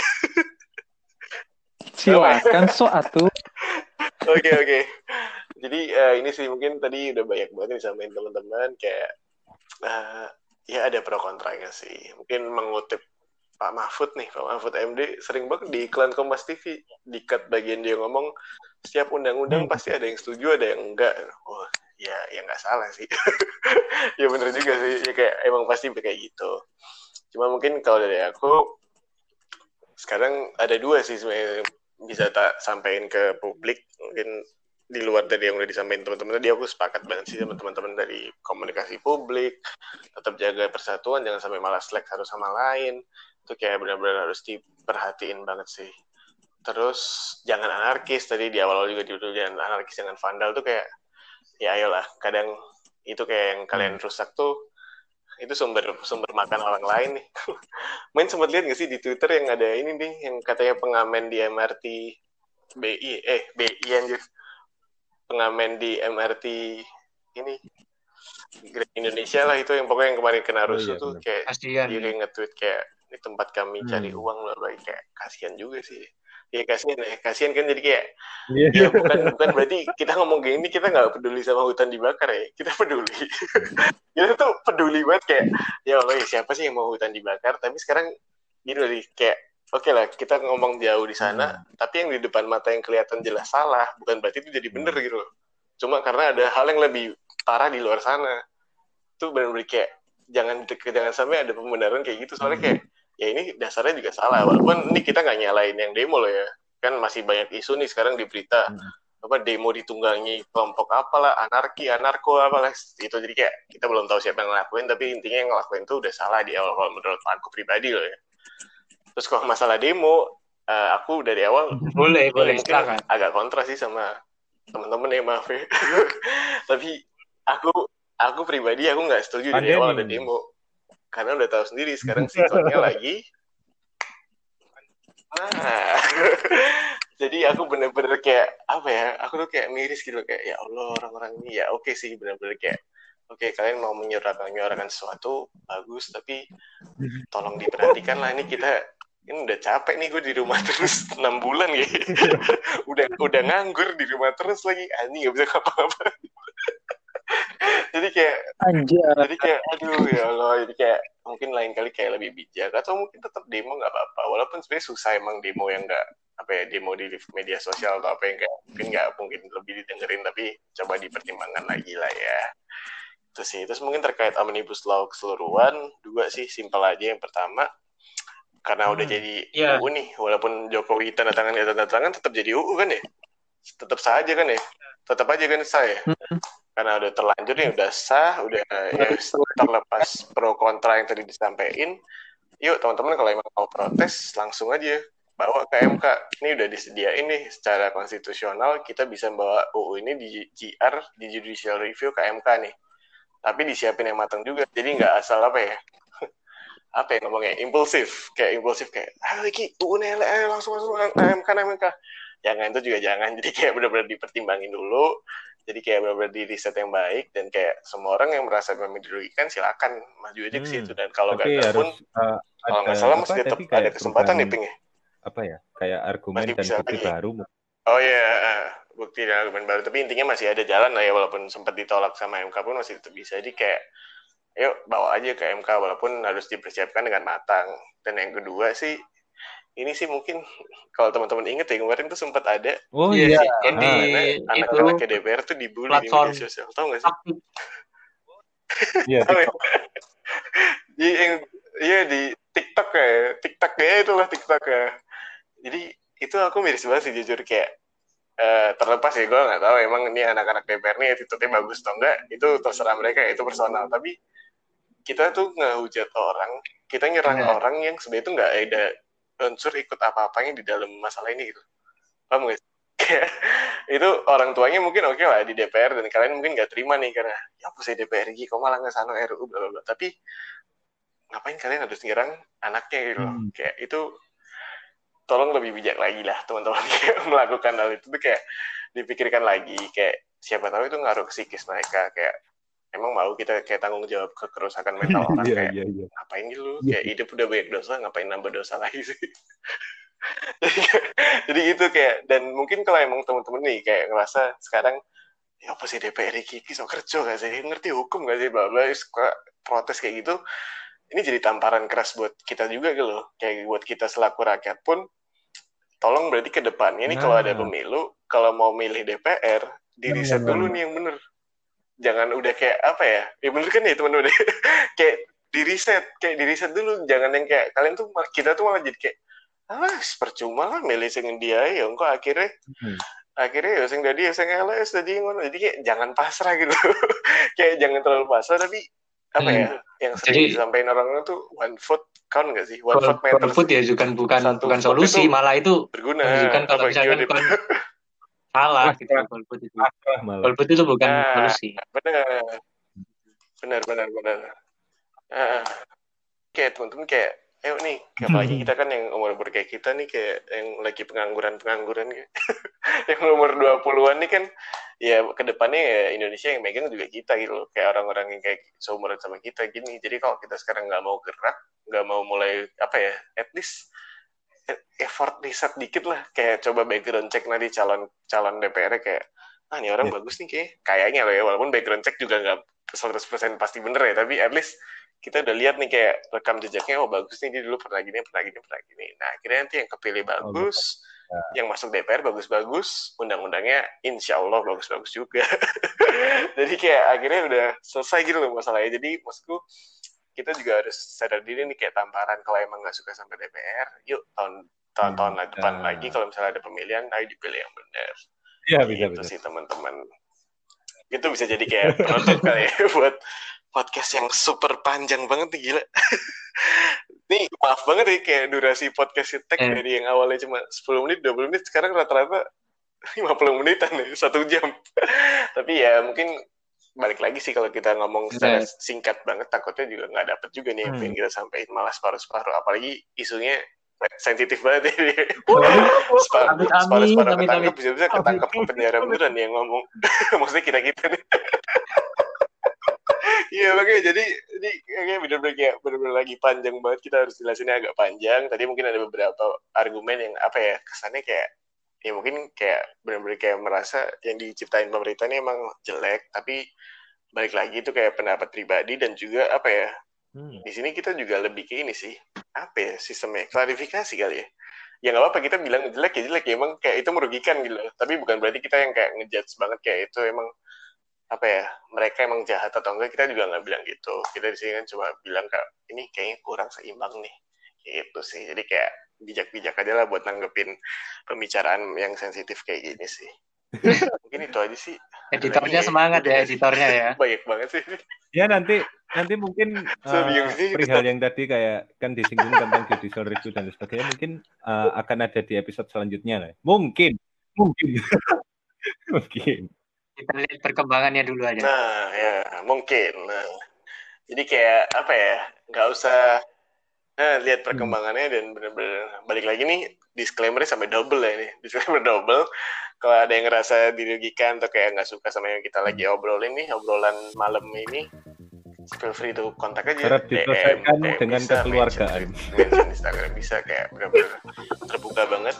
Silakan so atuh. Oke oke. Jadi uh, ini sih mungkin tadi udah banyak banget nih samain teman-teman kayak uh, ya ada pro kontranya sih. Mungkin mengutip Pak Mahfud nih, Pak Mahfud M D sering banget di iklan Kompas T V di-cut bagian dia ngomong setiap undang-undang hmm. pasti ada yang setuju, ada yang enggak. Oh, ya ya nggak salah sih. Ya bener juga sih, ya kayak emang pasti kayak gitu. Cuma mungkin kalau dari aku sekarang ada dua sih sebenarnya bisa tak sampaikan ke publik. Mungkin di luar dari yang udah disampaikan teman-teman tadi, aku sepakat banget sih sama teman-teman dari komunikasi publik, tetap jaga persatuan, jangan sampai malah slack satu sama lain. Itu kayak benar-benar harus diperhatiin banget sih. Terus jangan anarkis, tadi di awal juga diudah jangan anarkis, jangan vandal tuh kayak ya ayolah, kadang itu kayak yang kalian rusak tuh itu sumber sumber makan orang lain nih. Main sempat lihat nggak sih di Twitter yang ada ini nih yang katanya pengamen di M R T B I eh B I anjir, pengamen di M R T ini Indonesia lah itu yang pokoknya yang kemarin kena rusuh oh, iya, tuh bener. Kayak kasian, dia kayak nge-tweet kayak ini tempat kami hmm. cari uang loh, kayak kasihan juga sih. Ya kasihan ya, kasihan kan jadi kayak yeah. ya bukan bukan berarti kita ngomong gini kita nggak peduli sama hutan dibakar ya, kita peduli. Kita tuh peduli banget kayak ya Allah ya siapa sih yang mau hutan dibakar, tapi sekarang gitu nih kayak oke okay lah kita ngomong jauh di sana, hmm. tapi yang di depan mata yang kelihatan jelas salah bukan berarti itu jadi bener gitu loh. Cuma karena ada hal yang lebih parah di luar sana, tuh benar-benar kayak jangan jangan sampai ada pembenaran kayak gitu soalnya kayak ya ini dasarnya juga salah, walaupun ini kita nggak nyalain yang demo loh ya, kan masih banyak isu nih sekarang di berita, hmm. apa demo ditunggangi kelompok apalah, anarki, anarko apalah itu. Jadi kayak kita belum tahu siapa yang ngelakuin, tapi intinya yang ngelakuin itu udah salah di awal kalau menurut aku pribadi loh ya. Terus kalau masalah demo, uh, aku dari awal boleh boleh mungkin silakan. agak kontra sih sama teman-teman ya, maaf ya. Tapi aku aku pribadi aku nggak setuju dari awal ada demo, karena udah tahu sendiri sekarang sikotnya lagi. Nah, jadi aku bener-bener kayak apa ya? Aku tuh kayak miris gitu kayak ya Allah orang-orang ini ya oke okay sih bener-bener kayak oke okay, kalian mau menyuarakan menyuarakan sesuatu bagus, tapi tolong diperhatikan lah, ini kita ini udah capek nih gue di rumah terus enam bulan ya. udah udah nganggur di rumah terus lagi, ani nggak bisa apa-apa. Jadi kayak Anjir. Jadi kayak aduh ya Allah, jadi kayak mungkin lain kali kayak lebih bijak, atau mungkin tetap demo nggak apa-apa, walaupun sebenarnya susah emang demo yang nggak apa ya, demo di media sosial atau apa yang kayak mungkin nggak mungkin lebih didengerin, tapi coba dipertimbangkan lagi lah ya. Itu sih. Terus mungkin terkait Omnibus Law keseluruhan, dua sih simpel aja. Yang pertama, karena hmm. udah jadi yeah. U U nih, walaupun Jokowi tanda tangan ya tanda tangan, tetap jadi U U kan ya, tetap sah aja kan ya, tetap aja kan sah ya. Karena udah terlanjur nih, udah sah, udah ya, terlepas pro kontra yang tadi disampaikan. Yuk teman-teman kalau emang mau protes langsung aja bawa ke M K. Ini udah disediain nih secara konstitusional, kita bisa bawa U U ini di J R, di Judicial Review ke M K nih. Tapi disiapin yang matang juga, jadi nggak asal apa ya, apa ya ngomongnya, impulsif, kayak impulsif kayak, ah lagi U U nih, langsung langsung M K M K. Jangan, itu juga jangan. Jadi kayak benar-benar dipertimbangin dulu. Jadi kayak benar-benar di riset yang baik, dan kayak semua orang yang merasa memang dirugikan silakan maju aja ke situ. Dan kalau gagal harus, pun uh, kalau nggak salah masih tetap ada kesempatan nih Ping ya. Apa ya? Kayak argumen masih dan bukti ya? Baru. Oh iya, uh, bukti dan argumen baru. Tapi intinya masih ada jalan lah ya, walaupun sempat ditolak sama M K pun masih tetap bisa. Jadi kayak ayo bawa aja ke M K, walaupun harus dipersiapkan dengan matang. Dan yang kedua sih, ini sih mungkin kalau teman-teman inget ya, kemarin tuh sempat ada oh iya yang di anak-anak D P R tuh dibully di media sosial, tau nggak sih? Iya. Iya yang iya di TikTok ya, TikTok ya itulah TikTok ya. Jadi itu aku miris banget sih jujur, kayak uh, terlepas ya gue nggak tahu emang ini anak-anak D P R nih attitude-nya bagus atau enggak, itu terserah mereka ya, itu personal. Tapi kita tuh ngehujat orang, kita nyerang yeah. orang yang sebenarnya itu nggak ada unsur ikut apa-apanya di dalam masalah ini gitu. Paham gak sih? Itu orang tuanya mungkin oke okay lah di D P R, dan kalian mungkin gak terima nih karena ya apa sih D P R G kok malah ngesano R U bla bla bla. Tapi ngapain kalian harus nyerang anaknya gitu loh. Hmm. Kayak itu tolong lebih bijak lagi lah teman-teman melakukan hal itu tuh, kayak dipikirkan lagi, kayak siapa tahu itu ngaruh ke psikis mereka, kayak emang mau kita kayak tanggung jawab ke kerusakan mental orang. yeah, kayak yeah, yeah. ngapain gitu yeah. Kayak hidup udah banyak dosa, ngapain nambah dosa lagi sih. Jadi gitu kayak, dan mungkin kalau emang teman-teman nih kayak ngerasa sekarang ya apa sih D P R Kiki so kerja gak sih, ngerti hukum gak sih, bla bla, suka protes kayak gitu, ini jadi tamparan keras buat kita juga gitu loh, kayak buat kita selaku rakyat pun tolong berarti ke depannya nih nah. Kalau ada pemilu, kalau mau milih D P R di riset dulu nih yang bener. Jangan udah kayak apa ya, ya bener kan ya teman-teman, kayak di riset, kayak di riset dulu, jangan yang kayak kalian tuh, kita tuh malah jadi kayak ah percuma lah milih sing dia ya, kok akhirnya hmm. akhirnya ya sing dia sing L S jadi ngono, jadi kayak jangan pasrah gitu. Kayak jangan terlalu pasrah, tapi apa hmm. ya yang sering jadi, disampaikan orang-orang tuh one vote count nggak sih, one call, vote matters. One vote ya bukan bukan bukan solusi, itu malah itu berguna. Menunjukkan kalau misalkan kan salah gitu, call vote itu. Call vote itu bukan nah, solusi. Benar, benar, benar, benar. Nah, kayak teman-teman kayak ayo nih, apalagi kita kan yang umur-umur kayak kita nih, kayak yang lagi pengangguran-pengangguran gitu. Yang umur dua puluhan nih kan, ya kedepannya ya Indonesia yang megang juga kita gitu loh. Kayak orang-orang yang kayak seumuran sama kita gini. Jadi kalau kita sekarang nggak mau gerak, nggak mau mulai, apa ya, at least effort riset dikit lah. Kayak coba background check nanti calon calon D P R-nya kayak, ah ini orang yeah. bagus nih kayak, kayaknya loh ya, walaupun background check juga nggak seratus persen pasti bener ya, tapi at least kita udah lihat nih kayak rekam jejaknya, oh bagus nih dia dulu pernah gini, pernah gini, pernah gini. Nah akhirnya nanti yang kepilih bagus, oh, ya. Yang masuk D P R bagus-bagus, undang-undangnya insya Allah bagus-bagus juga. Jadi kayak akhirnya udah selesai gitu loh masalahnya. Jadi maksudku kita juga harus sadar diri nih, kayak tamparan kalau emang nggak suka sama D P R, yuk tahun tahun-tahun hmm, depan ya. Lagi kalau misalnya ada pemilihan, ayo dipilih yang benar. Iya, bisa, Itu bisa. sih teman-teman. Itu bisa jadi kayak penutup kali ya buat podcast yang super panjang banget nih, gila. Nih maaf banget ya kayak durasi podcast tag Eh. dari yang awalnya cuma sepuluh menit, dua puluh menit, sekarang rata-rata lima puluh menitan nih, satu jam. Tapi ya mungkin balik lagi sih kalau kita ngomong secara Bener. singkat banget, takutnya juga nggak dapet juga nih yang Hmm. pengen kita sampaikan, malah separuh-separuh. Apalagi isunya sensitif banget ya. Separ- Amit, amit, Separuh-separuh amit, ketangkep, amit. bisa-bisa ketangkep ke penjara beneran yang ngomong. Maksudnya kita-kita nih. Iya makanya jadi ini kayaknya bener-bener kayak bener-bener lagi panjang banget, kita harus jelasinnya agak panjang. Tadi mungkin ada beberapa argumen yang apa ya, kesannya kayak ya mungkin kayak bener-bener kayak merasa yang diciptain pemerintah ini emang jelek, tapi balik lagi itu kayak pendapat pribadi. Dan juga apa ya, Hmm. di sini kita juga lebih ke ini sih, apa ya sistemnya, klarifikasi kali ya. Ya nggak apa-apa kita bilang jelek ya jelek ya, emang kayak itu merugikan gitu loh. Tapi bukan berarti kita yang kayak ngejudge banget kayak itu emang apa ya, mereka emang jahat atau enggak, kita juga nggak bilang gitu. Kita di sini kan cuma bilang kayak ini kayaknya kurang seimbang nih, gitu sih. Jadi kayak bijak-bijak aja lah buat nanggepin pembicaraan yang sensitif kayak gini sih. Mungkin itu aja sih. Editornya Lagi, semangat udah ya, sih. editornya ya. Banyak banget sih. Ya nanti nanti mungkin Serius uh, sih, perihal kita- yang tadi kayak kan disinggung tentang judicial review dan sebagainya, mungkin uh, akan ada di episode selanjutnya lah. Mungkin, mungkin, mungkin. Kita lihat perkembangannya dulu aja. Nah ya mungkin. Nah, jadi kayak apa ya, nggak usah nah, lihat perkembangannya. Dan bener-bener balik lagi nih, disclaimer sampai double ya ini, disclaimer double. Kalau ada yang ngerasa dirugikan atau kayak nggak suka sama yang kita lagi obrolin nih, obrolan malam ini, feel free to kontak aja. Harap diselesaikan dengan bisa, kekeluargaan. mention, mention Instagram bisa, kayak bener-bener terbuka banget.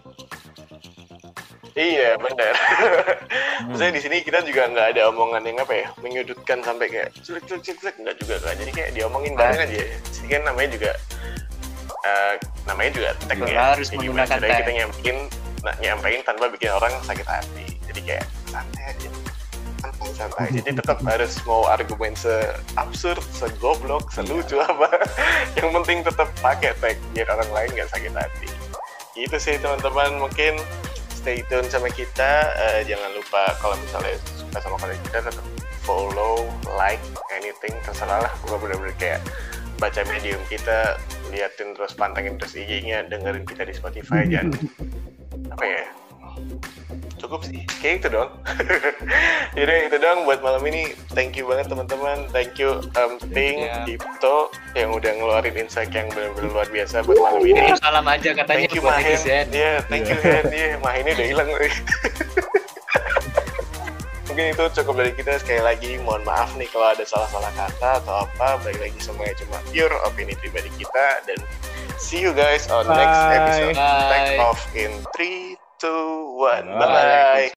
Iya benar. Maksudnya di sini kita juga nggak ada omongan yang apa ya, menyudutkan sampai kayak jelek jelek jelek, nggak juga kan. Jadi kayak diomongin bareng aja. Jadi kan namanya juga uh, namanya juga tag Betul, ya. harus Kayak menggunakan gimana caranya tag. kita nyampein, nah, nyampein tanpa bikin orang sakit hati. Jadi kayak santai aja, santai santai. Jadi tetap harus mau argumen se-absurd, se-goblok, selucu apa. Yang penting tetap pakai tag biar orang lain nggak sakit hati. Gitu sih teman-teman, mungkin stay tune sama kita. Uh, jangan lupa kalau misalnya suka sama konten kita, tetap follow, like, anything, terserah lah. Gue bener-bener kayak baca medium kita, liatin terus, pantengin terus I G-nya, dengerin kita di Spotify. Jangan apa ya, cukup sih, kayak itu dong. Jadi itu dong buat malam ini. Thank you banget teman-teman. Thank you um, Ting, Ya. Dipto yang udah ngeluarin insight yang benar-benar luar biasa buat malam ini. Salam aja katanya Thank you buat Mahen. netizen. Iya, thank you Hen. Iya, Mahen ini udah hilang. Mungkin itu cukup dari kita. Sekali lagi mohon maaf nih kalau ada salah-salah kata atau apa. Balik lagi semuanya cuma pure opini pribadi kita. Dan see you guys on next Bye. episode. Bye. Take off in three, two, one. Bye. Bye.